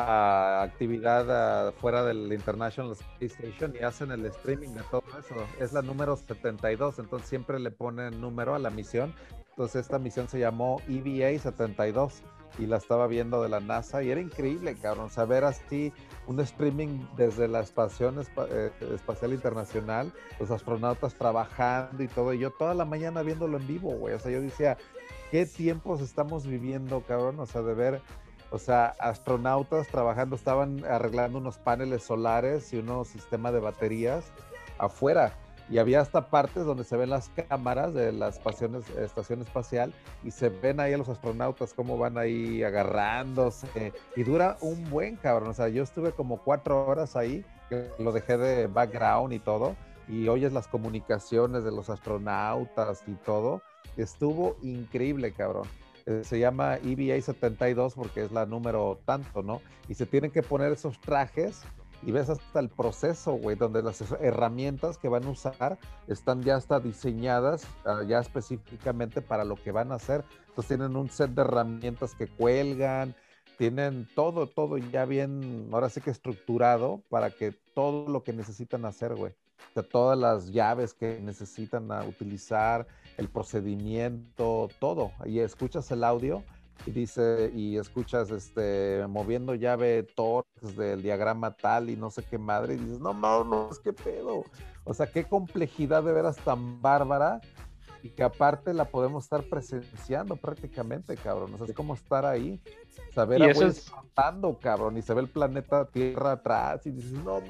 una actividad fuera del International Space Station y hacen el streaming de todo eso. Es la número 72, entonces siempre le ponen número a la misión. Entonces esta misión se llamó EVA 72 y la estaba viendo de la NASA y era increíble, cabrón, saber así un streaming desde la Estación Espacial Internacional, los astronautas trabajando y todo, y yo toda la mañana viéndolo en vivo, güey. O sea, yo decía, ¿qué tiempos estamos viviendo, cabrón? O sea, de ver, o sea, astronautas trabajando, estaban arreglando unos paneles solares y unos sistemas de baterías afuera. Y había hasta partes donde se ven las cámaras de la estación espacial y se ven ahí a los astronautas cómo van ahí agarrándose. Y dura un buen, cabrón. O sea, yo estuve como 4 horas ahí, que lo dejé de background y todo, y oyes las comunicaciones de los astronautas y todo. Estuvo increíble, cabrón. Se llama EVA 72 porque es la número tanto, ¿no? Y se tienen que poner esos trajes y ves hasta el proceso, güey, donde las herramientas que van a usar están ya hasta diseñadas ya específicamente para lo que van a hacer. Entonces tienen un set de herramientas que cuelgan, tienen todo ya bien, ahora sí que estructurado para que todo lo que necesitan hacer, güey. O sea, todas las llaves que necesitan utilizar, el procedimiento, todo. Y escuchas el audio y dice, y escuchas moviendo llave torques del diagrama tal y no sé qué madre, y dices, no, es que pedo. O sea, qué complejidad de veras tan bárbara y que aparte la podemos estar presenciando prácticamente, cabrón. O sea, es como estar ahí, saber a güeyes flotando, cabrón, y se ve el planeta Tierra atrás y dices, no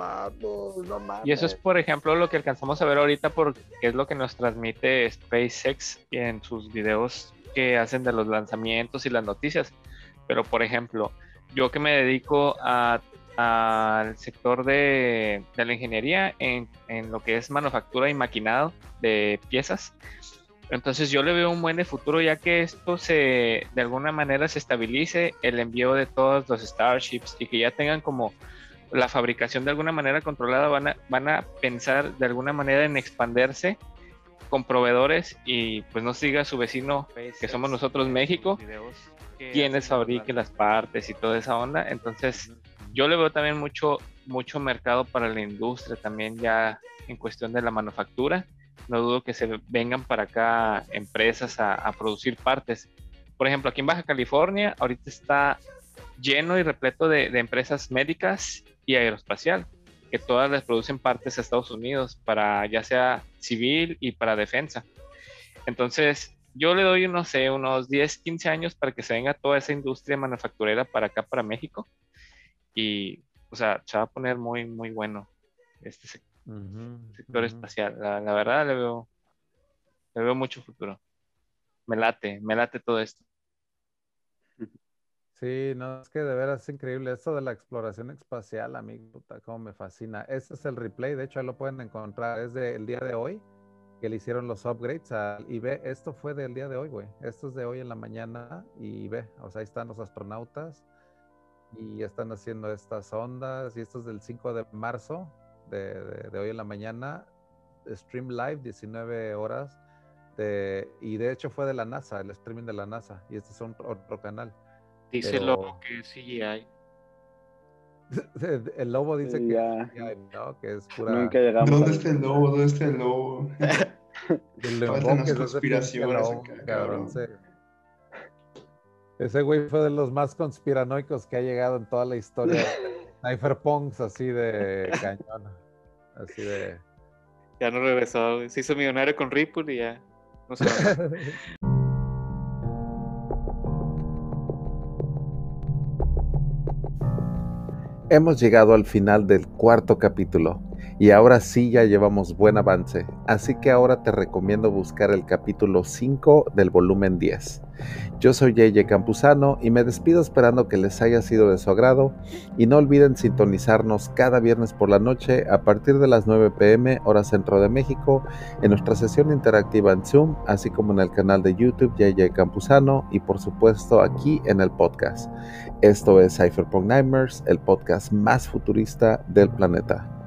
mames. Y eso es, por ejemplo, lo que alcanzamos a ver ahorita porque es lo que nos transmite SpaceX en sus videos que hacen de los lanzamientos y las noticias. Pero, por ejemplo, yo que me dedico al sector de la ingeniería en lo que es manufactura y maquinado de piezas, entonces yo le veo un buen futuro, ya que esto de alguna manera se estabilice el envío de todos los Starships y que ya tengan como la fabricación de alguna manera controlada. Van a pensar de alguna manera en expandirse con proveedores y pues no siga su vecino, que somos nosotros, México, quienes fabriquen las partes y toda esa onda. Entonces yo le veo también mucho mercado para la industria también ya en cuestión de la manufactura. No dudo que se vengan para acá empresas a producir partes. Por ejemplo, aquí en Baja California ahorita está lleno y repleto de empresas médicas y aeroespacial, que todas les producen partes a Estados Unidos para ya sea civil y para defensa. Entonces, yo le doy, no sé, unos 10, 15 años para que se venga toda esa industria manufacturera para acá, para México. Y, o sea, se va a poner muy, muy bueno este sector espacial. La verdad, le veo mucho futuro. Me late todo esto. Sí, no, es que de veras es increíble. Esto de la exploración espacial, a mí, puta, cómo me fascina. Este es el replay, de hecho, ahí lo pueden encontrar. Es del día de hoy, que le hicieron los upgrades y ve, esto fue del día de hoy, güey. Esto es de hoy en la mañana y ve, o sea, ahí están los astronautas y están haciendo estas ondas, y esto es del 5 de marzo de hoy en la mañana, stream live, 19 horas, y de hecho fue de la NASA, el streaming de la NASA, y este es otro canal. Dice el Lobo que es CGI. El Lobo dice que es CGI, ¿no? Que es pura... ¿Dónde está el Lobo? ¿Dónde está el Lobo? Faltan las conspiraciones acá, cabrón. Ese güey fue de los más conspiranoicos que ha llegado en toda la historia de Cypherpunks, así de cañón. Así de... Ya no regresó, se hizo millonario con Ripple y ya no se Hemos llegado al final del 4º capítulo y ahora sí ya llevamos buen avance, así que ahora te recomiendo buscar el capítulo 5 del volumen 10. Yo soy JJ Campuzano y me despido esperando que les haya sido de su agrado, y no olviden sintonizarnos cada viernes por la noche a partir de las 9 p.m. hora centro de México en nuestra sesión interactiva en Zoom, así como en el canal de YouTube JJ Campuzano y por supuesto aquí en el podcast. Esto es Cypherpunk Nightmares, el podcast más futurista del planeta.